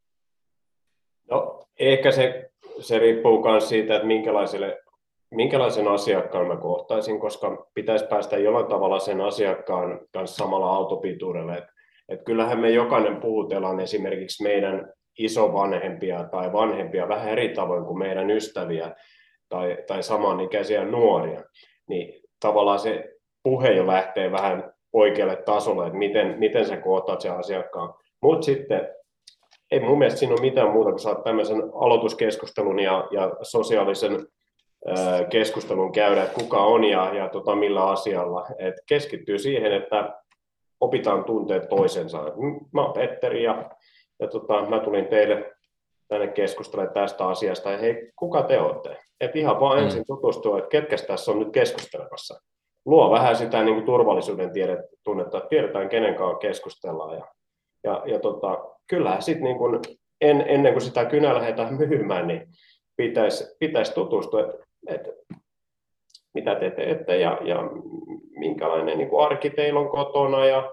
No ehkä se, se riippuu myös siitä, että minkälaiselle minkälaisen asiakkaan mä kohtaisin, koska pitäisi päästä jollain tavalla sen asiakkaan kanssa samalla autopituudelle. Et, et kyllähän me jokainen puhutellaan esimerkiksi meidän isovanhempia tai vanhempia vähän eri tavoin kuin meidän ystäviä tai, tai samanikäisiä nuoria. Niin tavallaan se puhe jo lähtee vähän oikealle tasolle, että miten, miten sä kohtaat sen asiakkaan. Mutta sitten ei mun mielestä siinä ole mitään muuta, kun saat tämmöisen aloituskeskustelun ja, ja sosiaalisen keskustelun käydä, että kuka on ja, ja tota, millä asialla. Et keskittyy siihen, että opitaan tunteet toisensa. Mä oon Petteri ja, ja tota, mä tulin teille tänne keskustelemaan tästä asiasta. Ja hei, kuka te olette? Et ihan vaan ensin tutustua, että ketkä tässä on nyt keskustelemassa. Luo vähän sitä niin kuin turvallisuuden tiedet, tunnetta, että tiedetään kenen kanssa keskustellaan. Ja, ja, ja tota, kyllähän sitten niin kuin en, ennen kuin sitä kynää lähdetään myymään, niin pitäisi, pitäisi tutustua, että että mitä te teette ja, ja minkälainen niin kuin arki teillä on kotona ja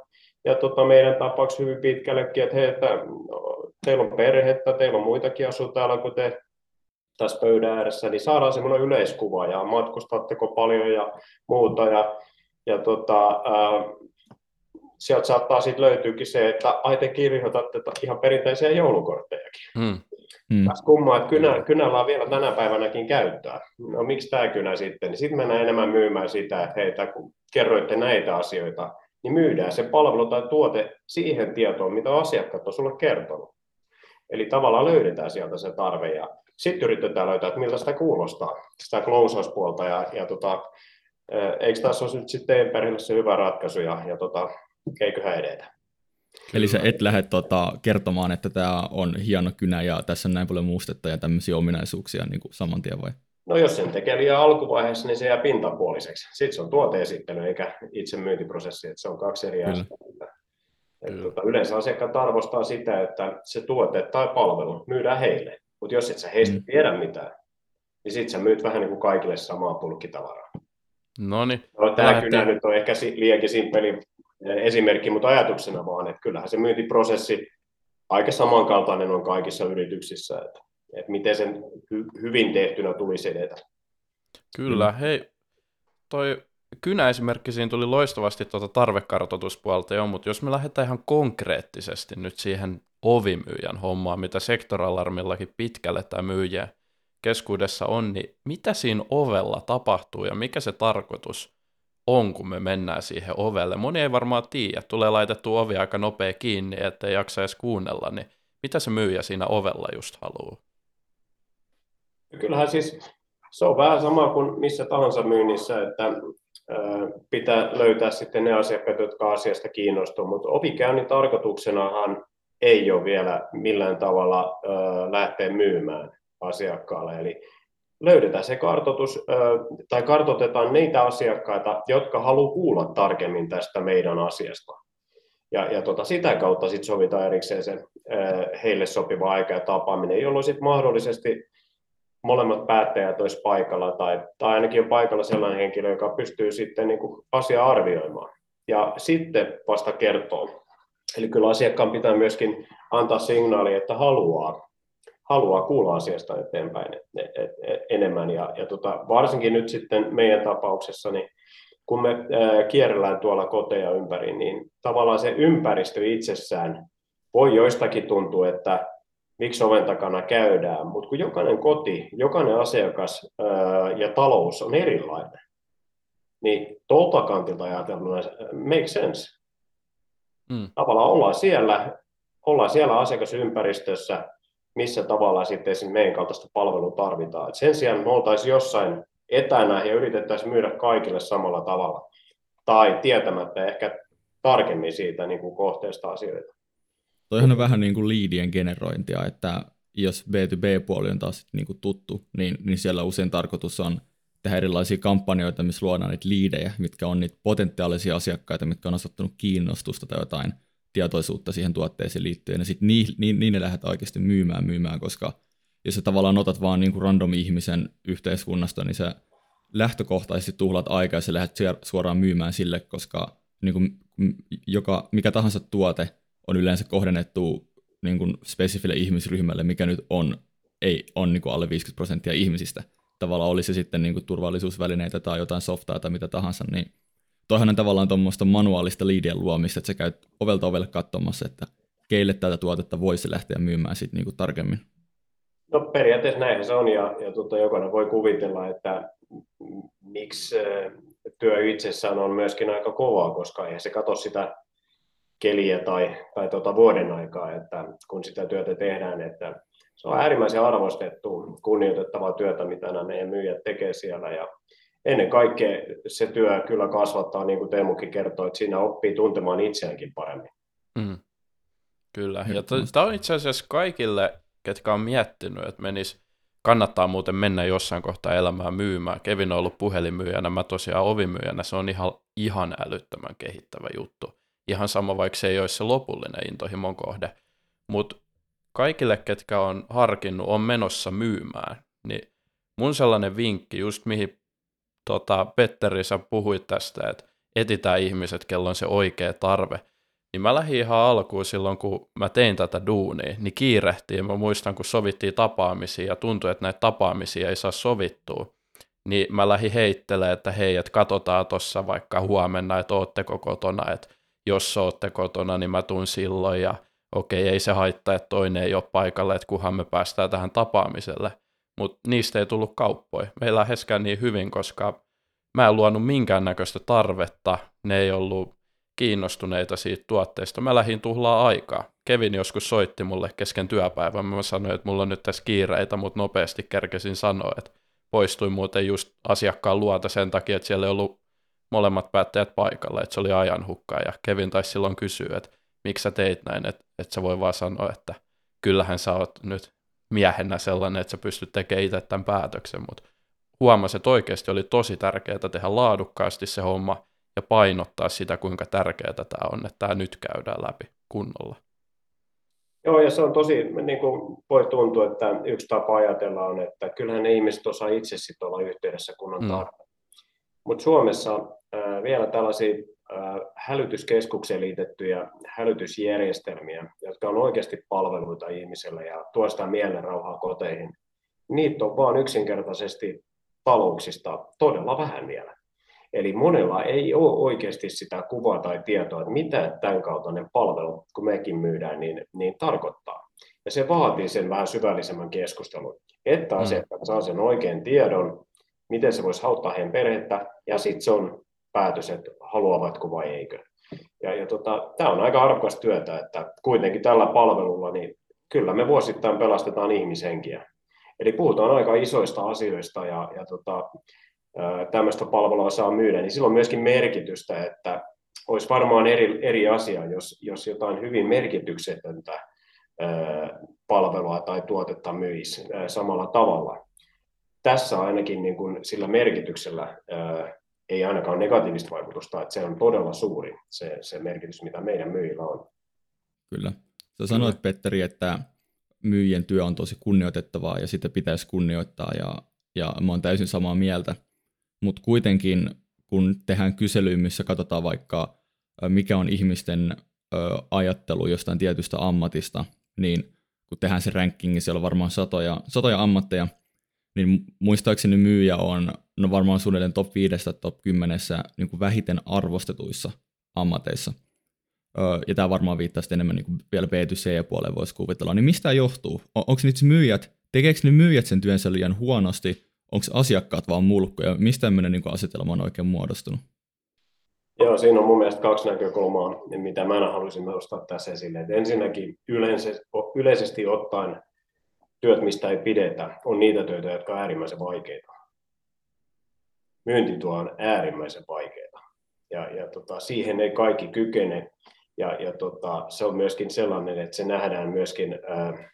ja tota, meidän tapauksessa hyvin pitkällekin, että hei, että teillä on perhettä, teillä on muitakin asuu täällä kuin te tässä pöydän ääressä, niin saadaan semmoinen yleiskuva ja matkustatteko paljon ja muuta. Ja, ja tota, ää, sieltä saattaa sitten löytyykin se, että ai te kirjoitatte ihan perinteisiä joulukorttejakin. Hmm. Hmm. Tässä kummaa, että kynä, kynällä on vielä tänä päivänäkin käyttöä. No miksi tämä kynä sitten? Niin sitten mennään enemmän myymään sitä, että hei, kun kerroitte näitä asioita, niin myydään se palvelu tai tuote siihen tietoon, mitä asiakkaat on sulle kertonut. Eli tavallaan löydetään sieltä se tarve ja sitten yritetään löytää, että miltä sitä kuulostaa, sitä klousauspuolta ja, ja tota, eikö tässä ole nyt sitten teidän perheelle se hyvä ratkaisu ja, ja tota, eiköhän edetä. Eli sä et lähde tota, kertomaan, että tämä on hieno kynä ja tässä on näin paljon mustetta ja tämmöisiä ominaisuuksia niin kuin saman tien vai? No jos sen tekee liian alkuvaiheessa, niin se jää pintapuoliseksi. Sitten se on tuoteesittely eikä itse myyntiprosessi, että se on kaksi eri asiaa. Tuota, yleensä asiakkaat arvostaa sitä, että se tuote tai palvelu myydään heille, mutta jos et sä heistä mm. tiedä mitään, niin sit sä myyt vähän niin kuin kaikille samaa pulkkitavaraa. Noniin. No, tämä kynä nyt on ehkä liiankin simppeli esimerkki, mutta ajatuksena vaan, että kyllähän se myyntiprosessi aika samankaltainen on kaikissa yrityksissä, että, että miten sen hy- hyvin tehtynä tulisi edetä. Kyllä, hei, toi kynäesimerkki siinä tuli loistavasti tuota tarvekartoituspuolta jo, mutta jos me lähdetään ihan konkreettisesti nyt siihen ovimyyjän hommaan, mitä sektoralarmillakin pitkälle tämä myyjä keskuudessa on, niin mitä siinä ovella tapahtuu ja mikä se tarkoitus on, kun me mennään siihen ovelle? Moni ei varmaan tiedä, tulee laitettu ovi aika nopea kiinni, ettei jaksa edes kuunnella, niin mitä se myyjä siinä ovella just haluaa? Kyllähän siis se on vähän sama kuin missä tahansa myynnissä, että pitää löytää sitten ne asiakkaat, jotka asiasta kiinnostuu, mutta ovikäynnin tarkoituksenahan ei ole vielä millään tavalla lähteä myymään asiakkaalle. Eli löydetään se kartoitus tai kartoitetaan niitä asiakkaita, jotka haluaa kuulla tarkemmin tästä meidän asiasta. Ja, ja tota, sitä kautta sitten sovitaan erikseen se heille sopiva aika ja tapaaminen, jolloin sitten mahdollisesti molemmat päättäjät olisi paikalla tai, tai ainakin on paikalla sellainen henkilö, joka pystyy sitten niin kuin asiaa arvioimaan ja sitten vasta kertoo. Eli kyllä asiakkaan pitää myöskin antaa signaali, että haluaa, haluaa kuulla asiasta eteenpäin et, et, et, enemmän. Ja, ja tota, varsinkin nyt sitten meidän tapauksessa, niin kun me ää, kierrellään tuolla koteja ympäri, niin tavallaan se ympäristö itsessään voi joistakin tuntua, että miksi oven takana käydään, mutta kun jokainen koti, jokainen asiakas ää, ja talous on erilainen, niin tuolta kantilta ajatellaan make sense. Mm. Tavallaan ollaan siellä, ollaan siellä asiakasympäristössä, missä tavallaan sitten meidän kaltaista palvelua tarvitaan. Et sen sijaan me oltaisiin jossain etänä ja yritettäisiin myydä kaikille samalla tavalla, tai tietämättä ehkä tarkemmin siitä niin kuin kohteesta asioita. Toihan on vähän niin kuin liidien generointia, että jos B to B-puoli on taas niin kuin tuttu, niin, niin siellä usein tarkoitus on tehdä erilaisia kampanjoita, missä luodaan niitä liidejä, mitkä on niitä potentiaalisia asiakkaita, mitkä on osoittanut kiinnostusta tai jotain tietoisuutta siihen tuotteeseen liittyen, ja sitten niin, niin, niin ne lähdetään oikeasti myymään, myymään, koska jos sä tavallaan otat vaan niin kuin random ihmisen yhteiskunnasta, niin sä lähtökohtaisesti tuhlat aikaa, ja sä lähdet suoraan myymään sille, koska niin kuin joka, mikä tahansa tuote on yleensä kohdennettu niin kuin spesifille ihmisryhmälle, mikä nyt on, ei on niin kuin alle viisikymmentä prosenttia ihmisistä. Tavallaan oli se sitten niin kuin turvallisuusvälineitä tai jotain softaa tai mitä tahansa, niin toihan on tavallaan tuommoista manuaalista liidien luomista, että sä käyt ovelta ovelle katsomassa, että keille tätä tuotetta voisi lähteä myymään sitten niin kuin tarkemmin. No periaatteessa näinhän se on, ja, ja tuota, jokainen voi kuvitella, että miksi työ itsessään on myöskin aika kovaa, koska eihän se katso sitä keliä tai, tai tuota vuoden aikaa, että kun sitä työtä tehdään, että se on äärimmäisen arvostettu, kunnioitettavaa työtä, mitä nämä meidän myyjät tekee siellä, ja ennen kaikkea se työ kyllä kasvattaa, niin kuin Teemukin kertoi, että siinä oppii tuntemaan itseäänkin paremmin. Mm. Kyllä, ja tämä on itse asiassa kaikille, ketkä on miettinyt, että menis, kannattaa muuten mennä jossain kohtaa elämää myymään. Kevin on ollut puhelinmyyjänä, mä tosiaan ovimyyjänä, se on ihan, ihan älyttömän kehittävä juttu. Ihan sama, vaikka se ei olisi se lopullinen intohimon kohde. Mutta kaikille, ketkä on harkinnut, on menossa myymään, niin mun sellainen vinkki, just mihin tota, Petteri, sä puhuit tästä, että etitään ihmiset, kello on se oikea tarve, niin mä lähdin ihan alkuun silloin, kun mä tein tätä duunia, niin kiirehtiin. Mä muistan, kun sovittiin tapaamisia ja tuntui, että näitä tapaamisia ei saa sovittua. Niin mä lähdin heittelemään, että hei, että katsotaan tuossa vaikka huomenna, että ootteko kotona, että jos ootte kotona, niin mä tuun silloin ja okei, ei se haittaa, että toinen ei ole paikalla, että kunhan me päästään tähän tapaamiselle. Mutta niistä ei tullut kauppoja. Me ei läheskään niin hyvin, koska mä en luonut minkäännäköistä tarvetta. Ne ei ollut kiinnostuneita siitä tuotteesta. Mä lähdin tuhlaa aikaa. Kevin joskus soitti mulle kesken työpäivän. Mä sanoin, että mulla on nyt tässä kiireitä, mutta nopeasti kerkesin sanoa, että poistuin muuten just asiakkaan luota sen takia, että siellä ei ollut molemmat päättäjät paikalla, että se oli ajanhukkaa. Ja Kevin taisi silloin kysyä, että miksi sä teit näin, että, että sä voi vaan sanoa, että kyllähän sä oot nyt miehenä sellainen, että sä pystyt tekemään itse tämän päätöksen, mutta huomasin, että oikeasti oli tosi tärkeää tehdä laadukkaasti se homma ja painottaa sitä, kuinka tärkeää tämä on, että tämä nyt käydään läpi kunnolla. Joo, ja se on tosi, niin kuin voi tuntua, että yksi tapa ajatella on, että kyllähän ne ihmiset osaa itse sitten olla yhteydessä, kun on tarve. Mm. Mutta Suomessa äh, vielä tällaisia äh, hälytyskeskukseen liitettyjä hälytysjärjestelmiä, jotka on oikeasti palveluita ihmiselle ja tuo sitä mielenrauhaa koteihin, niitä on vaan yksinkertaisesti talouksista todella vähän vielä. Eli monella ei ole oikeasti sitä kuvaa tai tietoa, että mitä tämän kaltainen palvelu, kun mekin myydään, niin, niin tarkoittaa. Ja se vaatii sen vähän syvällisemmän keskustelun, että asiakkaat saa sen oikean tiedon, miten se voisi auttaa heidän perhettä, ja sitten se on päätös, että haluavatko vai eikö. Ja, ja tota, tämä on aika arvokas työtä, että kuitenkin tällä palvelulla, niin kyllä me vuosittain pelastetaan ihmishenkiä. Eli puhutaan aika isoista asioista, ja, ja tota, tämmöistä palvelua saa myydä, niin sillä on myöskin merkitystä, että olisi varmaan eri, eri asia, jos, jos jotain hyvin merkityksetöntä palvelua tai tuotetta myisi samalla tavalla. Tässä ainakin niin kuin sillä merkityksellä ää, ei ainakaan negatiivista vaikutusta, että se on todella suuri se, se merkitys, mitä meidän myyjillä on. Kyllä. Sä sanoit, Kyllä. Petteri, että myyjien työ on tosi kunnioitettavaa ja sitä pitäisi kunnioittaa ja, ja mä oon täysin samaa mieltä. Mutta kuitenkin, kun tehdään kyselyä, missä katsotaan vaikka, mikä on ihmisten ö, ajattelu jostain tietystä ammatista, niin kun tehdään se rankingi, siellä on varmaan satoja, satoja ammatteja, niin muistaakseni myyjä on no varmaan suunnilleen top viidestä top kymmenessä niin kuin vähiten arvostetuissa ammateissa. Ö, ja tämä varmaan viittaa enemmän niin kuin vielä B two C-puoleen voisi kuvitella. Niin mistä tämä johtuu? On, onko nyt myyjät, tekeekö ne myyjät sen työnsä liian huonosti? Onko asiakkaat vaan mulkkuja? Mistä tämmöinen niin kuin asetelma on oikein muodostunut? Joo, siinä on mun mielestä kaksi näkökulmaa, mitä mä haluaisin nostaa tässä esille. Et ensinnäkin yleisesti, yleisesti ottaen työt, mistä ei pidetä, on niitä töitä, jotka on äärimmäisen vaikeita. Myyntityö on äärimmäisen vaikeita ja, ja tota, siihen ei kaikki kykene. Ja, ja tota, se on myöskin sellainen, että se nähdään myöskin ää,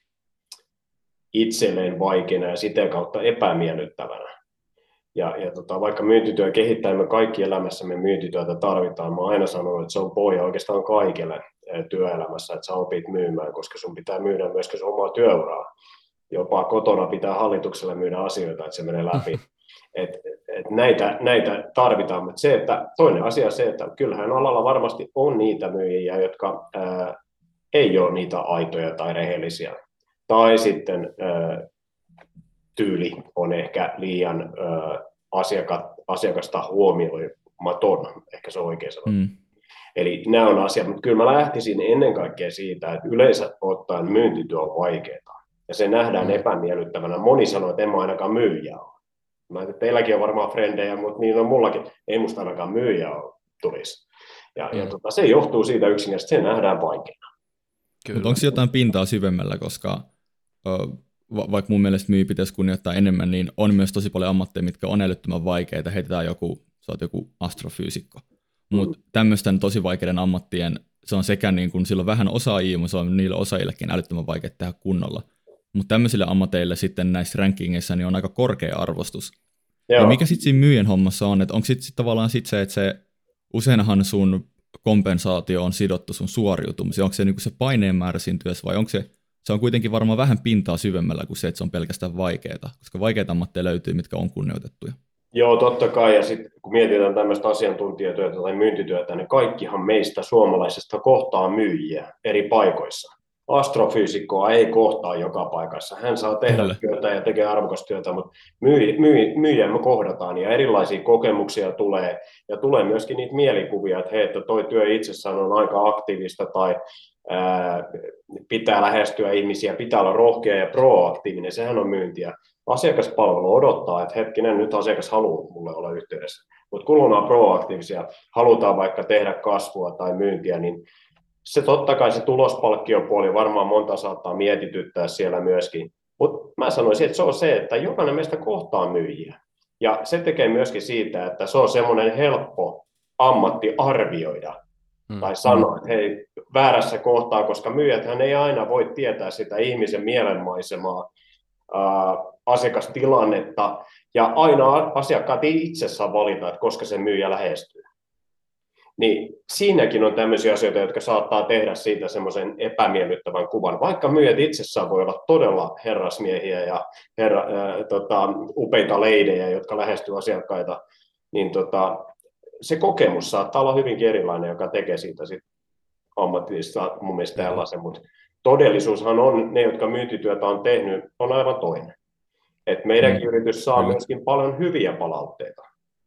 itselleen vaikeana ja sitä kautta epämiellyttävänä. Ja, ja tota, vaikka myyntityö kehittää, me kaikki elämässämme myyntityötä tarvitaan. Mä oon aina sanonut, että se on pohja oikeastaan kaikille työelämässä, että sä opit myymään, koska sun pitää myydä myöskin sun omaa työuraa. Jopa kotona pitää hallituksella myydä asioita, että se menee läpi. Et, et näitä, näitä tarvitaan, mutta se, että toinen asia on se, että kyllähän alalla varmasti on niitä myyjiä, jotka ää, ei ole niitä aitoja tai rehellisiä. Tai sitten ää, tyyli on ehkä liian ää, asiaka, asiakasta huomioimaton, ehkä se on oikein sanottu. Mm. Eli nämä on asiat, mutta kyllä mä lähtisin ennen kaikkea siitä, että yleensä ottaen myyntityö on vaikeaa. Ja se nähdään mm. epämiellyttävänä. Moni sanoo, että en mä ainakaan myyjä ole. Mä että teilläkin on varmaan frendejä, mutta niin on mullakin. Ei musta ainakaan myyjä ole tulisi. Ja, mm. ja tota, se johtuu siitä yksinkertaisesti, että se nähdään vaikeana. Mutta onko jotain pintaa syvemmällä, koska ö, va- vaikka mun mielestä myyjä pitäisi kunnioittaa enemmän, niin on myös tosi paljon ammatteja, mitkä on älyttömän vaikeita. Heitetään joku, sä oot joku astrofyysikko. Mutta mm. tämmöisten tosi vaikeiden ammattien, se on sekä niin kuin sillä on vähän osaajia, mutta se on niille osaajillekin älyttömän vaikea tehdä kunnolla. Mutta tämmöisille ammateille sitten näissä rankingeissa niin on aika korkea arvostus. Joo. Ja mikä sitten siinä myyjän hommassa on, että onko sitten sit tavallaan sit se, että se useinhan sun kompensaatio on sidottu sun suoriutumiseen, onko se niinku se paineen määrä siinä työssä vai onko se, se on kuitenkin varmaan vähän pintaa syvemmällä kuin se, että se on pelkästään vaikeaa, koska vaikeita ammatteja löytyy, mitkä on kunnioitettuja. Joo, totta kai, ja sitten kun mietitään tämmöistä asiantuntijatyötä tai myyntityötä, niin kaikkihan meistä suomalaisista kohtaa myyjiä eri paikoissa. Astrofyysikkoa ei kohtaa joka paikassa. Hän saa tehdä Kyllä. työtä ja tekee arvokasta työtä, mutta myy, myy, myyjän me kohdataan ja erilaisia kokemuksia tulee. Ja tulee myöskin niitä mielikuvia, että hei, että toi työ itsessään on aika aktiivista tai ää, pitää lähestyä ihmisiä, pitää olla rohkea ja proaktiivinen, sehän on myyntiä. Asiakaspalvelu odottaa, että hetkinen, nyt asiakas haluaa mulle olla yhteydessä. Mutta kun ollaan proaktiivisia, halutaan vaikka tehdä kasvua tai myyntiä, niin se totta kai se tulospalkkiopuoli varmaan monta saattaa mietityttää siellä myöskin. Mutta mä sanoisin, että se on se, että jokainen meistä kohtaa myyjiä. Ja se tekee myöskin siitä, että se on semmoinen helppo ammatti arvioida. Hmm. Tai sanoa, että hei, väärässä kohtaa, koska myyjäthän ei aina voi tietää sitä ihmisen mielenmaisemaa, ää, asiakastilannetta, ja aina asiakkaat itse saa valita, että koska se myyjä lähestyy. Niin siinäkin on tämmöisiä asioita, jotka saattaa tehdä siitä semmoisen epämiellyttävän kuvan. Vaikka myyjät itsessään voi olla todella herrasmiehiä ja herra, ää, tota, upeita leidejä, jotka lähestyy asiakkaita, niin tota, se kokemus saattaa olla hyvinkin erilainen, joka tekee siitä sit ammatillista mun mielestä tällaisen. Mutta todellisuushan on, ne, jotka myyntityötä on tehnyt, on aivan toinen. Et meidänkin mm. yritys saa mm. myöskin paljon hyviä palautteita.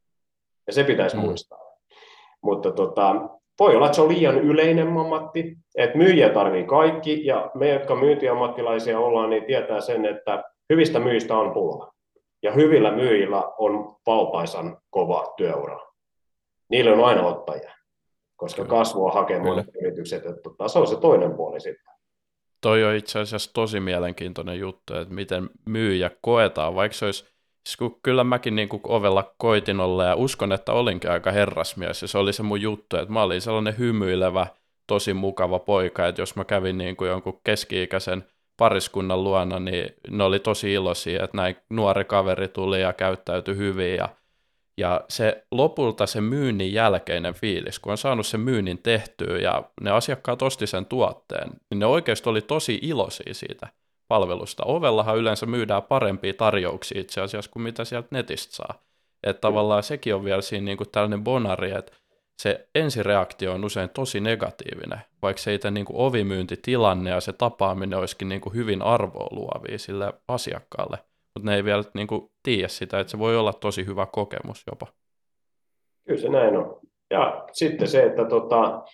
Ja se pitäisi mm. muistaa. Mutta tota, voi olla, että se on liian yleinen ammatti, että myyjiä tarvii kaikki, ja me, jotka myyntiammattilaisia ollaan, niin tietää sen, että hyvistä myyjistä on pulaa. Ja hyvillä myyjillä on valtaisan kova työura. Niillä on aina ottajia, koska kasvua hakee monet yritykset, että tota, se on se toinen puoli sitten. Toi on itse asiassa tosi mielenkiintoinen juttu, että miten myyjä koetaan, vaikka se olisi, siis kyllä mäkin niin kuin ovella koitin olla ja uskon, että olinkin aika herrasmies ja se oli se mun juttu, että mä olin sellainen hymyilevä, tosi mukava poika, että jos mä kävin niin kuin jonkun keski-ikäisen pariskunnan luona, niin ne oli tosi iloisia, että näin nuori kaveri tuli ja käyttäytyi hyvin ja Ja se lopulta se myynnin jälkeinen fiilis, kun on saanut sen myynnin tehtyä ja ne asiakkaat osti sen tuotteen, niin ne oikeasti oli tosi iloisia siitä palvelusta. Ovellahan yleensä myydään parempia tarjouksia itse asiassa kuin mitä sieltä netistä saa. Että tavallaan sekin on vielä siinä niin kuin tällainen bonari, että se ensireaktio on usein tosi negatiivinen, vaikka se itse niin kuin ovimyyntitilanne ja se tapaaminen olisikin niin kuin hyvin arvoa luovia sille asiakkaalle. Mutta ne ei vielä niin kuin tiedä sitä, että se voi olla tosi hyvä kokemus jopa. Kyllä se näin on. Ja sitten se, että tota,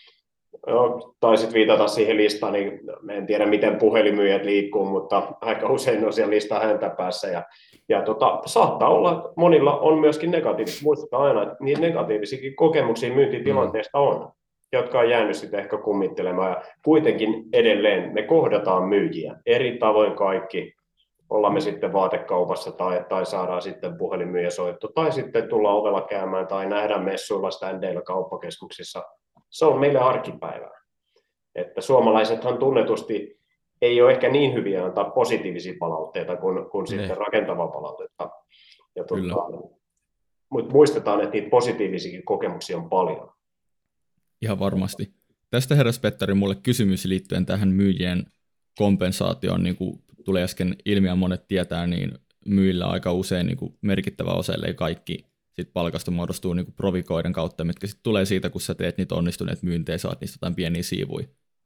no, taisit viitata siihen listaan, niin en tiedä miten puhelimyyjät liikkuu, mutta aika usein on siellä listan häntä päässä. Ja, ja tota, saattaa olla, että monilla on myöskin negatiivisia. Muistetaan aina, että niitä negatiivisiakin kokemuksia myyntitilanteesta on, jotka on jäänyt sitten ehkä kummittelemaan. Ja kuitenkin edelleen me kohdataan myyjiä eri tavoin kaikki. Ollaan me sitten vaatekaupassa tai, tai saadaan sitten puhelinmyyjä soitto tai sitten tullaan ovella käymään tai nähdään messuilla, ständeillä, kauppakeskuksissa. Se on meille arkipäivää. Että suomalaisethan tunnetusti ei ole ehkä niin hyviä antaa positiivisia palautteita kuin, kuin sitten rakentavaa palautetta. Ja tuota, mutta muistetaan, että niitä positiivisiakin kokemuksia on paljon. Ihan varmasti. Tästä heräsi Petteri mulle kysymys liittyen tähän myyjien kompensaatioon, niin kuin tulee äsken ilmi ja monet tietää, niin myyjillä aika usein niin kuin merkittävä osa, ellei kaikki sit palkasta muodostuu niin kuin provikoiden kautta, mitkä sitten tulee siitä, kun sä teet niitä onnistuneet myyntejä ja saat niistä jotain pieniä siivuja.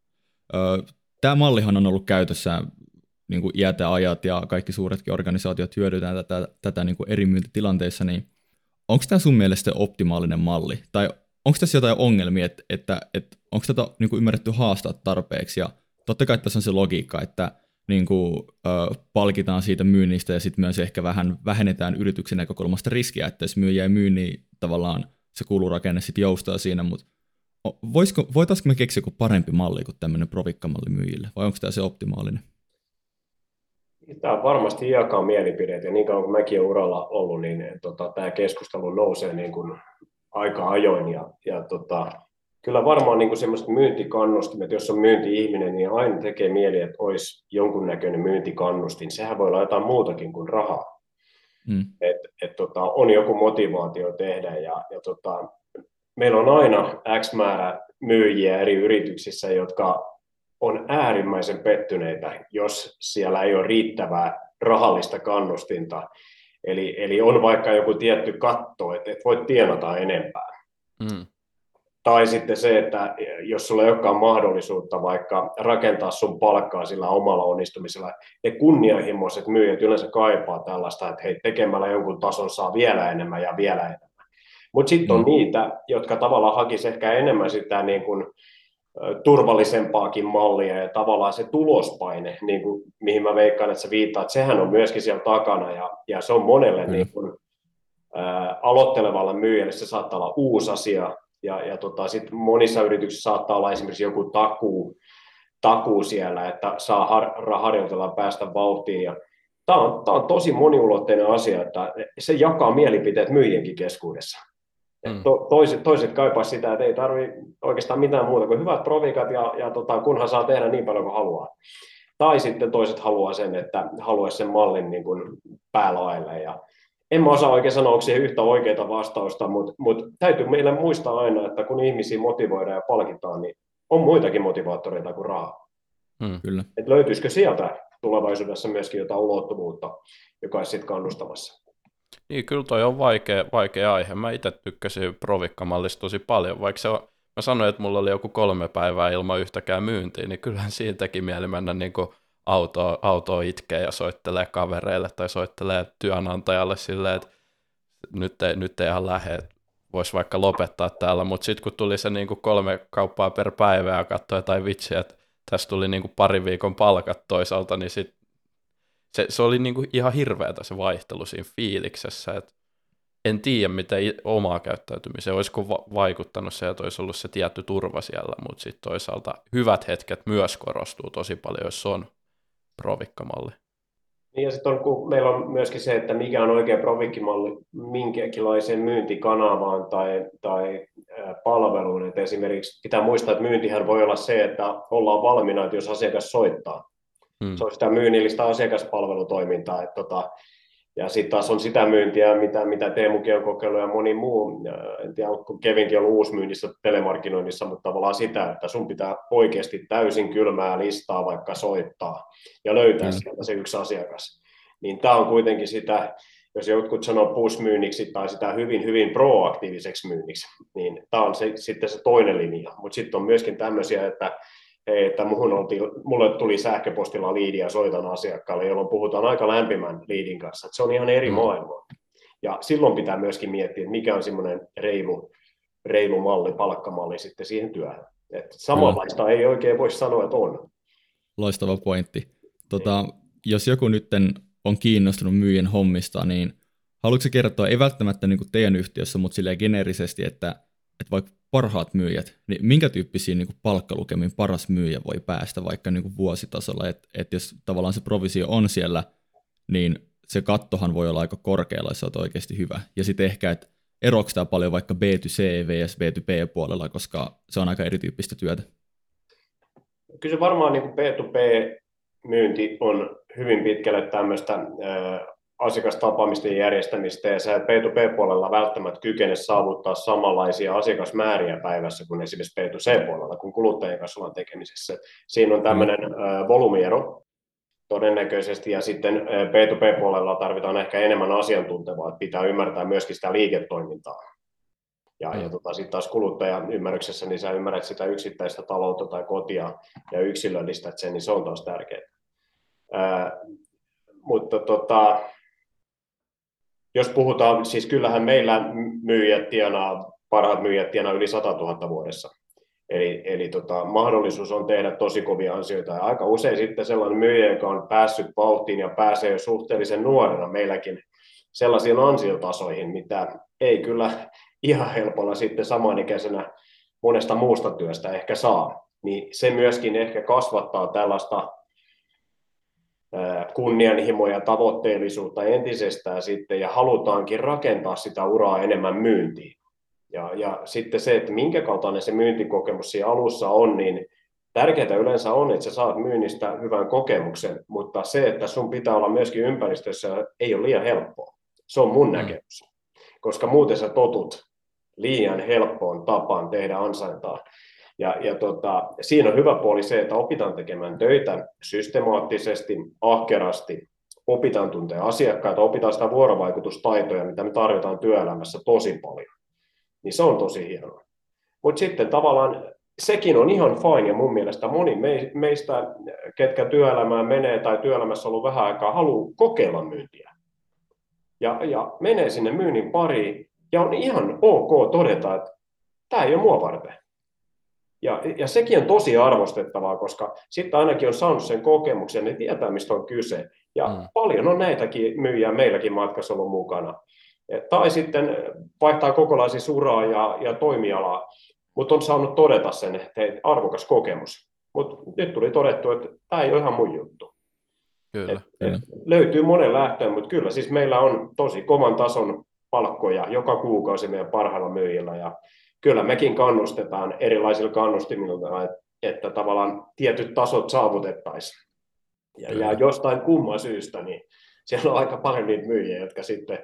Tämä mallihan on ollut käytössä niin kuin iät ja ajat, ja kaikki suuretkin organisaatiot hyödyntää tätä, tätä niin kuin eri myyntitilanteissa, niin onko tämä sun mielestä optimaalinen malli? Tai onko tässä jotain ongelmia, että, että, että onko tätä niin kuin ymmärretty haastaa tarpeeksi? Ja totta kai tässä on se logiikka, että niin kuin, ö, palkitaan siitä myynnistä ja sitten myös ehkä vähän vähennetään yrityksen näkökulmasta riskiä, että jos myyjä ei myy, niin tavallaan se kulurakenne sitten joustaa siinä, mutta voisiko, voitaisiinko me keksiä joku parempi malli kuin tämmöinen provikkamalli myyjille, vai onko tämä se optimaalinen? Tämä on varmasti jakaa mielipiteet, ja niin kauan kuin mäkin olen uralla ollut, niin tota, tämä keskustelu nousee niin kuin aika ajoin, ja, ja tota, kyllä varmaan niin semmoiset myyntikannustimet, jos on myynti-ihminen, niin aina tekee mieli, että olisi jonkunnäköinen myyntikannustin. Sehän voi olla jotain muutakin kuin rahaa. Mm. Et, et, tota, on joku motivaatio tehdä. Ja, ja, tota, meillä on aina X määrä myyjiä eri yrityksissä, jotka on äärimmäisen pettyneitä, jos siellä ei ole riittävää rahallista kannustinta. Eli, eli on vaikka joku tietty katto, että et voi tienata enempää. Mm. Tai sitten se, että jos sulla ei olekaan mahdollisuutta vaikka rakentaa sun palkkaa sillä omalla onnistumisella, ne kunnianhimoiset myyjät yleensä kaipaa tällaista, että hei, tekemällä jonkun tason saa vielä enemmän ja vielä enemmän. Mutta sitten on Mm. niitä, jotka tavallaan hakisivat ehkä enemmän sitä niin kuin turvallisempaakin mallia ja tavallaan se tulospaine, niin kuin, mihin mä veikkaan, että sä viittaat, sehän on myöskin siellä takana ja, ja se on monelle Kyllä. niin kuin, ää, aloittelevalle myyjälle se saattaa olla uusi asia ja, ja tota, sit monissa yrityksissä saattaa olla esimerkiksi joku takuu, takuu siellä, että saa har, harjoitella päästä vauhtiin ja tämä on, tämä on tosi moniulotteinen asia, että se jakaa mielipiteet myyjienkin keskuudessa. Mm. To, toiset, toiset kaipaa sitä, että ei tarvitse oikeastaan mitään muuta kuin hyvät provikat ja, ja tota, kunhan saa tehdä niin paljon kuin haluaa. Tai sitten toiset haluaa sen, että haluaisi sen mallin niin kuin päälaille. Ja en mä osaa oikein sanoa, onko siihen yhtä oikeaa vastausta, mutta, mutta täytyy meille muistaa aina, että kun ihmisiä motivoidaan ja palkitaan, niin on muitakin motivaattoreita kuin rahaa. Mm. Kyllä. Et löytyisikö sieltä tulevaisuudessa myöskin jotain ulottuvuutta, joka olisi sitten kannustamassa? Niin, kyllä toi on vaikea, vaikea aihe. Mä itse tykkäsin provikkamallista tosi paljon, vaikka se on, mä sanoin, että mulla oli joku kolme päivää ilman yhtäkään myyntiä, niin kyllähän siinä teki mieli mennä niin kuin autoa, autoa itkee ja soittelee kavereille tai soittelee työnantajalle silleen, että nyt ei, nyt ei ihan lähde, voisi vaikka lopettaa täällä, mutta sitten kun tuli se niin kuin kolme kauppaa per päivä ja katsoi jotain vitsiä, että tässä tuli niin kuin pari viikon palkat toisaalta, niin sitten Se, se oli niinku ihan hirveätä se vaihtelu siinä fiiliksessä, että en tiedä miten omaa käyttäytymiseen, olisiko va- vaikuttanut se, että olisi ollut se tietty turva siellä, mutta sitten toisaalta hyvät hetket myös korostuu tosi paljon, jos on provikkamalli. Niin ja sitten on, kun meillä on myöskin se, että mikä on oikea provikkimalli minkäkinlaiseen myyntikanavaan tai, tai palveluun. Et esimerkiksi pitää muistaa, että myyntihän voi olla se, että ollaan valmiina, että jos asiakas soittaa. Hmm. Se on sitä myynnillistä asiakaspalvelutoimintaa. Että tota, ja sitten taas on sitä myyntiä, mitä, mitä Teemukin on kokeillut ja moni muu. En tiedä, onko Kevinkin ollut uusmyynnissä telemarkkinoinnissa, mutta tavallaan sitä, että sun pitää oikeasti täysin kylmää listaa vaikka soittaa ja löytää hmm. sieltä se yksi asiakas. Niin tämä on kuitenkin sitä, jos jotkut sanoo push-myynniksi tai sitä hyvin, hyvin proaktiiviseksi myynniksi, niin tämä on se, sitten se toinen linja. Mutta sitten on myöskin tämmöisiä, että Hei, että muhun oltiin, mulle tuli sähköpostilla liidi ja soitan asiakkaalle, jolloin puhutaan aika lämpimän liidin kanssa. Että se on ihan eri mm. maailma. Ja silloin pitää myöskin miettiä, että mikä on semmoinen reilu, reilu malli, palkkamalli sitten siihen työhön. Että samanlaista mm. ei oikein voi sanoa, että on. Loistava pointti. Tota, jos joku nyt on kiinnostunut myyjän hommista, niin haluatko kertoa, ei välttämättä niin kuin teidän yhtiössä, mutta silleen geneerisesti, että, että vaikka parhaat myyjät, niin minkä tyyppisiin niin kuin palkkalukemiin paras myyjä voi päästä vaikka niin kuin vuositasolla, että et jos tavallaan se provisio on siellä, niin se kattohan voi olla aika korkealla, jos olet oikeasti hyvä. Ja sitten ehkä, että eroako tämä paljon vaikka B to C versus B to B puolella, koska se on aika erityyppistä työtä. Kyllä se varmaan niin kuin B to B-myynti on hyvin pitkälle tämmöistä äh, asiakastapaamisten järjestämistä, ja sä B to B-puolella välttämättä kykene saavuttaa samanlaisia asiakasmääriä päivässä kuin esimerkiksi B to C-puolella, kun kuluttajien kanssa ollaan tekemisessä. Siinä on tämmöinen mm. volyymiero todennäköisesti, ja sitten B to B-puolella tarvitaan ehkä enemmän asiantuntevaa, että pitää ymmärtää myöskin sitä liiketoimintaa. Ja, mm. ja tota, sitten taas kuluttajan ymmärryksessä, niin sä ymmärrät sitä yksittäistä taloutta tai kotia ja yksilöllistät sen, niin se on taas tärkeää. Ää, mutta tota, jos puhutaan, siis kyllähän meillä myyjät tienaa, parhaat myyjät tienaa yli sata tuhatta vuodessa. Eli, eli tota, mahdollisuus on tehdä tosi kovia ansioita. Ja aika usein sitten sellainen myyjä, joka on päässyt vauhtiin ja pääsee jo suhteellisen nuorena meilläkin sellaisiin ansiotasoihin, mitä ei kyllä ihan helpolla sitten samanikäisenä monesta muusta työstä ehkä saa. Niin se myöskin ehkä kasvattaa tällaista kunnianhimoa ja tavoitteellisuutta entisestään sitten, ja halutaankin rakentaa sitä uraa enemmän myyntiin. Ja, ja sitten se, että minkä kaltainen se myyntikokemus siinä alussa on, niin tärkeää yleensä on, että sä saat myynnistä hyvän kokemuksen, mutta se, että sun pitää olla myöskin ympäristössä, ei ole liian helppoa. Se on mun mm. näkemys, koska muuten sä totut liian helppoon tapaan tehdä ansaintaa. Ja, ja tota, siinä on hyvä puoli se, että opitaan tekemään töitä systemaattisesti, ahkerasti, opitaan tuntea asiakkaita, opitaan sitä vuorovaikutustaitoja, mitä me tarjotaan työelämässä tosi paljon. Niin se on tosi hienoa. Mutta sitten tavallaan sekin on ihan fine, ja mun mielestä moni meistä, ketkä työelämään menee tai työelämässä on ollut vähän aikaa, haluaa kokeilla myyntiä. Ja, ja menee sinne myynnin pariin, ja on ihan ok todeta, että tämä ei ole mua varten. Ja, ja sekin on tosi arvostettavaa, koska sitten ainakin on saanut sen kokemuksen, ne tietää, mistä on kyse. Ja mm. paljon on näitäkin myyjiä meilläkin matkassa ollut mukana. Et, tai sitten vaihtaa kokonaisis uraa ja, ja toimialaa, mutta on saanut todeta sen, että hei, arvokas kokemus. Mutta nyt tuli todettu, että tämä ei ole ihan mun juttu. Kyllä. Et, et löytyy monen lähtöön, mutta kyllä siis meillä on tosi kovan tason palkkoja joka kuukausi meidän parhailla myyjillä. Ja kyllä mekin kannustetaan erilaisilla kannustimilla, että, että tavallaan tietyt tasot saavutettaisiin. Ja, ja jostain kumman syystä, niin siellä on aika paljon niitä myyjiä, jotka sitten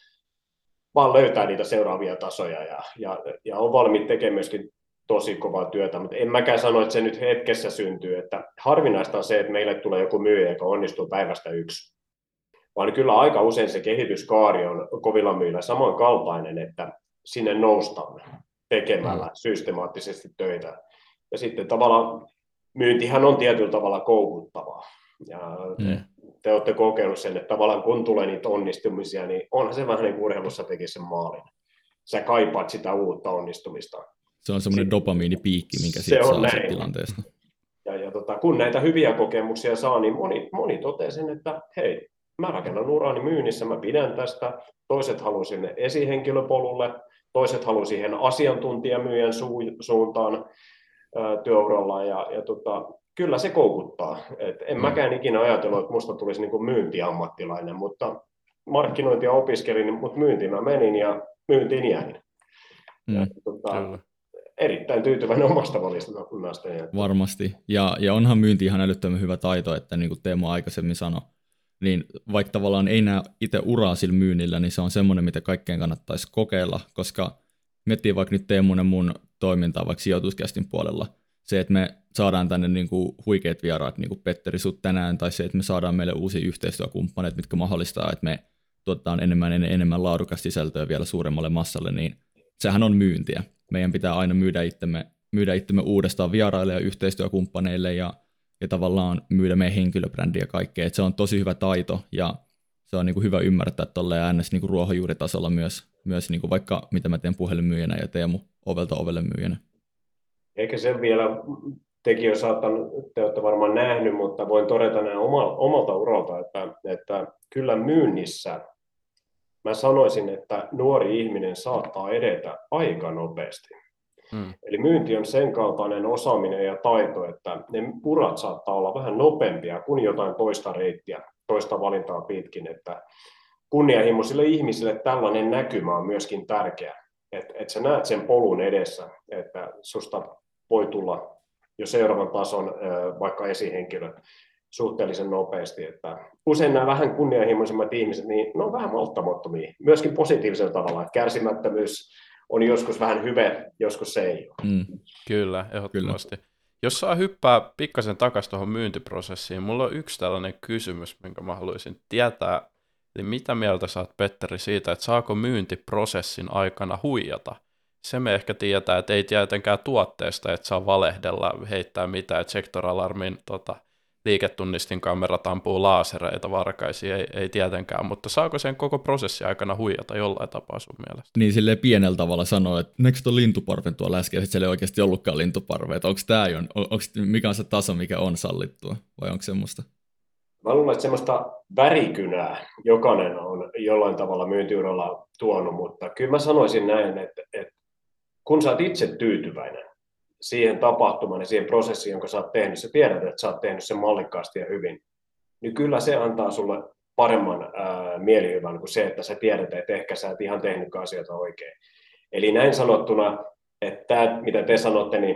vaan löytää niitä seuraavia tasoja ja, ja, ja on valmiit tekemään myöskin tosi kovaa työtä, mutta en mäkään sano, että se nyt hetkessä syntyy, että harvinaista on se, että meille tulee joku myyjä, joka onnistuu päivästä yksi, vaan kyllä aika usein se kehityskaari on kovilla myyjillä samankaltainen, että sinne noustaan tekemällä mm. systemaattisesti töitä. Ja sitten tavallaan myyntihän on tietyllä tavalla koukuttavaa. Ja mm. te olette kokeillut sen, että tavallaan kun tulee niitä onnistumisia, niin onhan se vähän niin kuin urheilussa tekisi sen maalin. Sä kaipaat sitä uutta onnistumista. Se on semmoinen dopamiinipiikki, minkä siitä saa näin. Tilanteesta. Ja, ja tota, kun näitä hyviä kokemuksia saa, niin moni, moni toteaa sen, että hei, mä rakennan urani myynnissä, mä pidän tästä. Toiset haluaa sinne esihenkilöpolulle, toiset haluaa siihen asiantuntijamyyjän su, suuntaan ää, työuralla. Ja, ja tota, kyllä se koukuttaa. Et en mm. mäkään ikinä ajatellut, että musta tulisi niin kuin myyntiammattilainen, mutta markkinointia opiskelin, mutta myyntiin mä menin ja myyntiin jäin. Mm. Ja, tota, erittäin tyytyväinen omasta valistunnasta. Varmasti. Ja, ja onhan myynti ihan älyttömän hyvä taito, että niin kuin Teemu aikaisemmin sanoi, niin vaikka tavallaan ei näe itse uraa sillä myynnillä, niin se on semmoinen, mitä kaikkeen kannattaisi kokeilla, koska miettii vaikka nyt Teemun ja mun toimintaa vaikka sijoituskästin puolella, se, että me saadaan tänne niin kuin huikeat vieraat, niin kuin Petteri sut tänään, tai se, että me saadaan meille uusia yhteistyökumppaneita, mitkä mahdollistaa, että me tuotetaan enemmän enemmän, enemmän laadukasta sisältöä vielä suuremmalle massalle, niin sehän on myyntiä. Meidän pitää aina myydä itsemme, myydä itsemme uudestaan vieraille ja yhteistyökumppaneille ja, ja tavallaan myydä meidän henkilöbrändiä ja kaikkea. Et se on tosi hyvä taito ja se on niin kuin hyvä ymmärtää tolleen äänessä niin kuin ruohonjuuritasolla myös, myös niin kuin vaikka mitä mä teen puhelinmyyjänä ja Teemu ovelta ovelle myyjänä. Eikä sen vielä tekin jo saattanut, te olette varmaan nähnyt, mutta voin todeta näin omalta uralta, että, että kyllä myynnissä mä sanoisin, että nuori ihminen saattaa edetä aika nopeasti. Hmm. Eli myynti on sen kaltainen osaaminen ja taito, että ne urat saattaa olla vähän nopeampia kuin jotain toista reittiä, toista valintaa pitkin. Että kunnianhimoisille ihmisille tällainen näkymä on myöskin tärkeä. Että et sä näet sen polun edessä, että susta voi tulla jo seuraavan tason vaikka esihenkilö suhteellisen nopeasti. Että usein nämä vähän kunnianhimoisemmat ihmiset, niin ne on vähän malttamattomia, myöskin positiivisella tavalla. Että kärsimättömyys on joskus vähän hyve, joskus se ei ole. Mm. Kyllä, ehdottomasti. Kyllä. Jos saa hyppää pikkasen takaisin tuohon myyntiprosessiin, mulla on yksi tällainen kysymys, minkä mä haluaisin tietää. Eli mitä mieltä sä oot, Petteri, siitä, että saako myyntiprosessin aikana huijata? Se me ehkä tietää, että ei tietenkään tuotteesta, että saa valehdella, heittää mitään, että sektoralarmin tota, liiketunnistin kamerat ampuu laasereita varkaisiin, ei, ei tietenkään, mutta saako sen koko prosessin aikana huijata jollain tapaa sun mielestä? Niin silleen pienellä tavalla sanoa, että next on lintuparven tuolla äsken, ja sitten siellä ei oikeasti ollutkaan lintuparve, että onko tämä jo, onko, mikä on se taso, mikä on sallittua, vai onko semmoista? Mä luulen, että semmoista värikynää jokainen on jollain tavalla myyntiuralla tuonut, mutta kyllä mä sanoisin näin, että, että kun sä oot itse tyytyväinen siihen tapahtumaan ja siihen prosessiin, jonka sä oot tehnyt, sä tiedät, että sä oot tehnyt sen mallikkaasti ja hyvin, niin kyllä se antaa sulle paremman ää, mielihyvän kuin se, että sä tiedät, että ehkä sä et ihan tehnytkään asioita oikein. Eli näin sanottuna, että tämä, mitä te sanotte, niin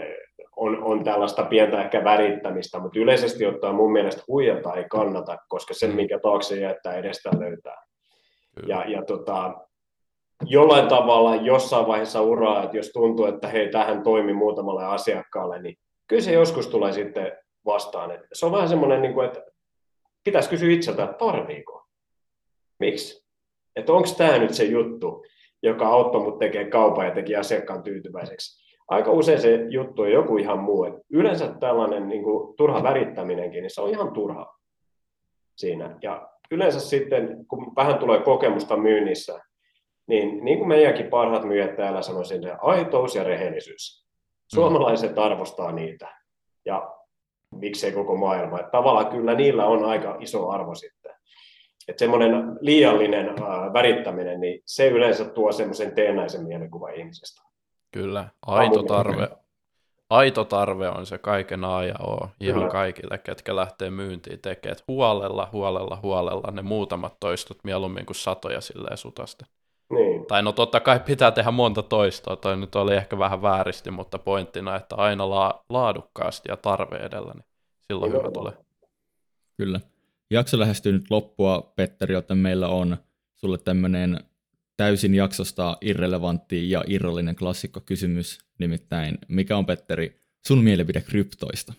on, on tällaista pientä ehkä värittämistä, mutta yleisesti ottaen mun mielestä huijata ei kannata, koska sen, minkä taakse jättää, edestä löytää. Ja, ja tota, jollain tavalla jossain vaiheessa uraa, että jos tuntuu, että hei, tähän toimi muutamalle asiakkaalle, niin kyllä se joskus tulee sitten vastaan. Että se on vähän semmoinen, että pitäisi kysyä itseltä, että tarviiko? Miksi? Että onko tämä nyt se juttu, joka auttoi mut tekemään kaupan ja teki asiakkaan tyytyväiseksi? Aika usein se juttu on joku ihan muu. Et yleensä tällainen niin kuin, turha värittäminenkin, niin se on ihan turha siinä. Ja yleensä sitten, kun vähän tulee kokemusta myynnissä, niin, niin kuin meidänkin parhaat myyjät täällä sanoisin, aitous ja rehellisyys. Suomalaiset arvostaa niitä. Ja miksei koko maailma. Että tavallaan kyllä niillä on aika iso arvo sitten. Että semmoinen liiallinen ää, värittäminen, niin se yleensä tuo semmoisen teennäisen mielikuvan ihmisestä. Kyllä, aito tarve, aito tarve on se kaiken A ja O ihan Kyllä. kaikille, ketkä lähtee myyntiin tekemään. Huolella, huolella, huolella ne muutamat toistot mieluummin kuin satoja silleen sutasta. Niin. Tai no totta kai pitää tehdä monta toistoa, toi nyt oli ehkä vähän vääristi, mutta pointtina, että aina la- laadukkaasti ja tarve edellä, niin silloin niin hyvä on. Tulee. Kyllä. Jakso lähestyy nyt loppua, Petteri, joten meillä on sulle tämmöinen täysin jaksosta irrelevantti ja irrallinen klassikkokysymys, nimittäin mikä on, Petteri, sun mielipide kryptoista?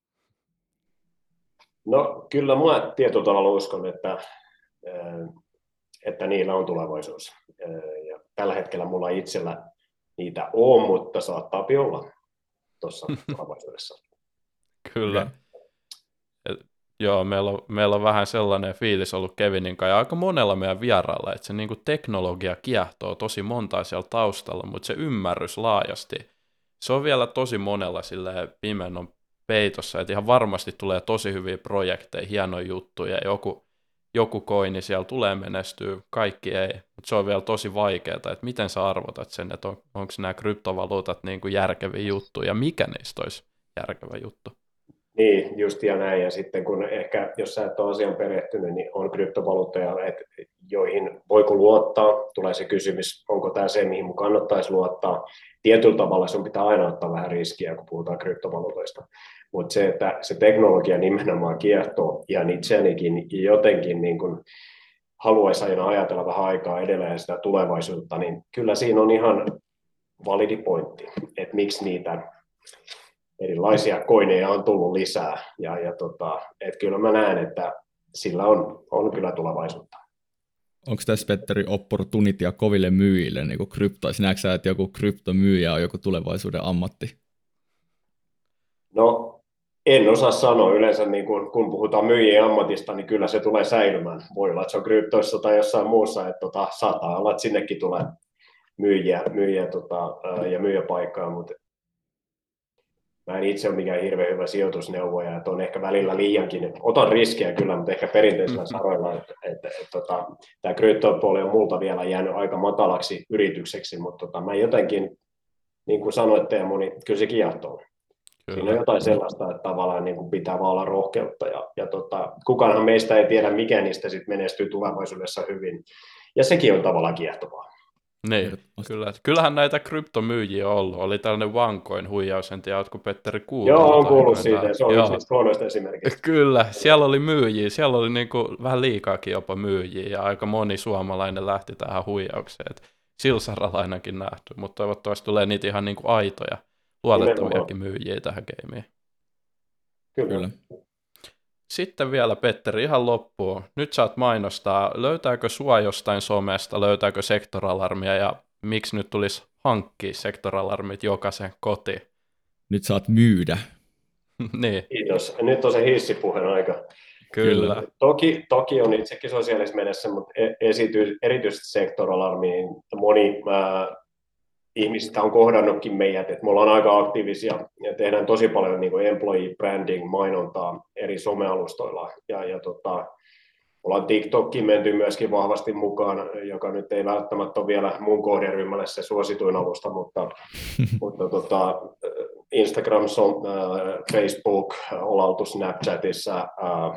No kyllä mä tietyllä tavalla uskon, että, että niillä on tulevaisuus. Ja tällä hetkellä mulla itsellä niitä on, mutta saattaa olla tuossa tulevaisuudessa. Kyllä. Joo, meillä on, meillä on vähän sellainen fiilis ollut Kevinin kanssa ja aika monella meidän vieraalla, että se niin kuin teknologia kiehtoo tosi montaa siellä taustalla, mutta se ymmärrys laajasti, se on vielä tosi monella silleen pimennon peitossa, että ihan varmasti tulee tosi hyviä projekteja, hienoja juttuja, joku, joku koini siellä tulee menestyä, kaikki ei, mutta se on vielä tosi vaikeaa, että miten sä arvotat sen, että on, onko nämä kryptovaluutat niin kuin järkeviä juttuja ja mikä niistä olisi järkevä juttu. Niin, just ja näin. Ja sitten kun ehkä, jos sä et ole asian perehtynyt, niin on kryptovaluutteja, joihin voiko luottaa. Tulee se kysymys, onko tämä se, mihin mun kannattaisi luottaa. Tietyllä tavalla sun pitää aina ottaa vähän riskiä, kun puhutaan kryptovaluutoista. Mutta se, että se teknologia nimenomaan kiehtoo ja itseänikin jotenkin niin kun haluaisi aina ajatella vähän aikaa edelleen sitä tulevaisuutta, niin kyllä siinä on ihan validi pointti, että miksi niitä erilaisia koineja on tullut lisää, ja, ja tota, et kyllä mä näen, että sillä on, on kyllä tulevaisuutta. Onko tässä, Petteri, opportunitia koville myyjille niin kuin kryptoissa? Näetkö sä, että joku kryptomyyjä on joku tulevaisuuden ammatti? No, en osaa sanoa. Yleensä niin kun, kun puhutaan myyjien ammatista, niin kyllä se tulee säilymään. Voi olla, että se on kryptoissa tai jossain muussa, että tota, saattaa olla, että sinnekin tulee myyjiä, myyjiä tota, ja myyjäpaikkaa, mutta mä en itse ole mikään hirveän hyvä sijoitusneuvoja, että on ehkä välillä liiankin. Otan riskejä kyllä, mutta ehkä perinteisellä saroilla, että, että, että, että tota, tämä kryptopuoli on multa vielä jäänyt aika matalaksi yritykseksi, mutta tota, mä jotenkin, niin kuin sanoit Teemu, niin kyllä se kiehtoo. Kyllä. Siinä on jotain sellaista, että tavallaan niin kuin pitää vaan olla rohkeutta, ja, ja tota, kukaanhan meistä ei tiedä, mikä niistä sitten menestyy tulevaisuudessa hyvin, ja sekin on tavallaan kiehtovaa. Niin, kyllä. Kyllähän näitä kryptomyyjiä on ollut. Oli tällainen OneCoin huijaus, en tiedä, oletko Petteri kuullut. Joo, on kuullut siitä, se on yksi huonoista esimerkiksi. Kyllä, siellä oli myyjiä, siellä oli niin kuin vähän liikaakin jopa myyjiä, ja aika moni suomalainen lähti tähän huijaukseen. Et sillä saralla ainakin nähty, mutta toivottavasti tulee niitä ihan niin kuin aitoja, luotettaviakin myyjiä tähän gameen. Kyllä. Kyllä. Sitten vielä, Petteri, ihan loppuun. Nyt saat mainostaa, löytääkö sua jostain somesta, löytääkö sektoralarmia ja miksi nyt tulisi hankkia sektoralarmit jokaisen kotiin? Nyt saat myydä. Niin. Kiitos. Nyt on se hissipuheen aika. Kyllä. Toki, toki on itsekin sosiaalisessa mielessä, mutta esity, erityisesti sektoralarmiin moni ää, ihmisistä on kohdannutkin meidät, että me ollaan aika aktiivisia ja tehdään tosi paljon niin kuin employee branding, mainontaa eri somealustoilla. Ja, ja tota, ollaan TikTokkiin menty myöskin vahvasti mukaan, joka nyt ei välttämättä ole vielä mun kohderyhmälle se suosituin alusta, mutta, mutta tota, Instagram, Facebook, ollaan oltu Snapchatissa.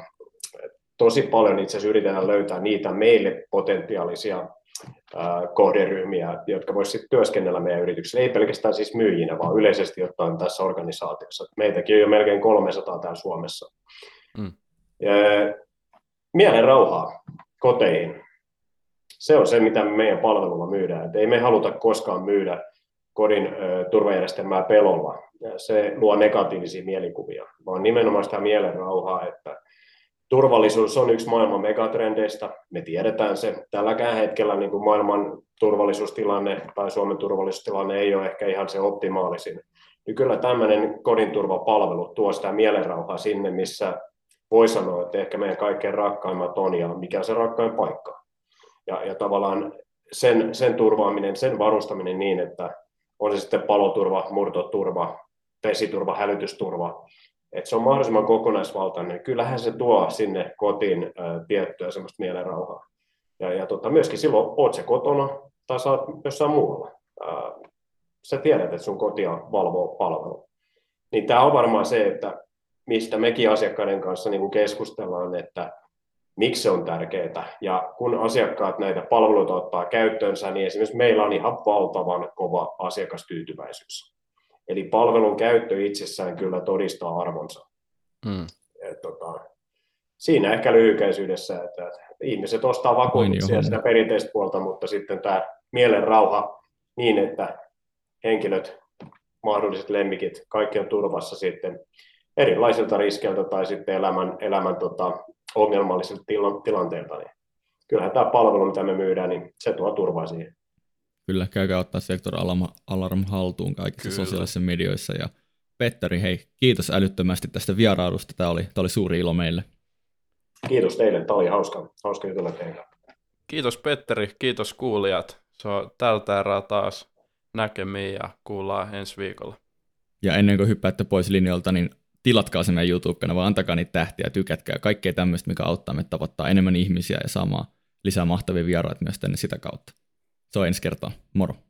Tosi paljon itse asiassa yritetään löytää niitä meille potentiaalisia kohderyhmiä, jotka voisivat työskennellä meidän yrityksessä, ei pelkästään siis myyjinä, vaan yleisesti ottaen tässä organisaatiossa. Meitäkin on jo melkein kolmesataa täällä Suomessa. Mm. Mielen rauhaa koteihin. Se on se, mitä meidän palvelulla myydään. Et ei me haluta koskaan myydä kodin turvajärjestelmää pelolla. Ja se luo negatiivisia mielikuvia, vaan nimenomaan sitä mielen rauhaa, että turvallisuus on yksi maailman megatrendeistä, me tiedetään se. Tälläkään hetkellä niin kuin maailman turvallisuustilanne tai Suomen turvallisuustilanne ei ole ehkä ihan se optimaalisin. Niin kyllä tämmöinen kodinturvapalvelu tuo sitä mielenrauhaa sinne, missä voi sanoa, että ehkä meidän kaikkein rakkaimmat on ja mikä on se rakkain paikka. Ja, ja tavallaan sen, sen turvaaminen, sen varustaminen niin, että on se sitten paloturva, murtoturva, vesiturva, hälytysturva, että se on mahdollisimman kokonaisvaltainen. Kyllähän se tuo sinne kotiin ää, tiettyä semmoista mielenrauhaa. Ja, ja tota, myöskin silloin oot se kotona tai saat jossain muualla. Ää, sä tiedät, että sun kotia valvoo palvelu. Niin tämä on varmaan se, että mistä mekin asiakkaiden kanssa niin keskustellaan, että miksi se on tärkeää. Ja kun asiakkaat näitä palveluita ottaa käyttöönsä, niin esimerkiksi meillä on ihan valtavan kova asiakastyytyväisyys. Eli palvelun käyttö itsessään kyllä todistaa arvonsa. Mm. Et, tota, siinä ehkä lyhykäisyydessä, että, että ihmiset ostaa vakuutuksia sitä perinteistä puolta, mutta sitten tämä mielenrauha niin, että henkilöt, mahdolliset lemmikit, kaikki on turvassa sitten erilaisilta riskeiltä tai sitten elämän, elämän tota, ongelmallisilta tila, tilanteilta. Niin kyllähän tämä palvelu, mitä me myydään, niin se tuo turvaa siihen. Kyllä, käykää ottaa Sector Alarm haltuun kaikissa Kyllä. sosiaalisissa medioissa. Ja Petteri, hei, kiitos älyttömästi tästä vierailusta. Tämä oli, tämä oli suuri ilo meille. Kiitos teille, tämä oli hauska, hauska jutella teille. Kiitos Petteri, kiitos kuulijat. Se on tältä erää taas näkemiin ja kuullaan ensi viikolla. Ja ennen kuin hyppäätte pois linjoilta, niin tilatkaa se meidän YouTube-kanava, antakaa niitä tähtiä, tykätkää ja kaikkea tämmöistä, mikä auttaa meitä tavoittaa enemmän ihmisiä ja saamaan lisää mahtavia vieraita myös tänne sitä kautta. Se on ensi kertaa. Moro!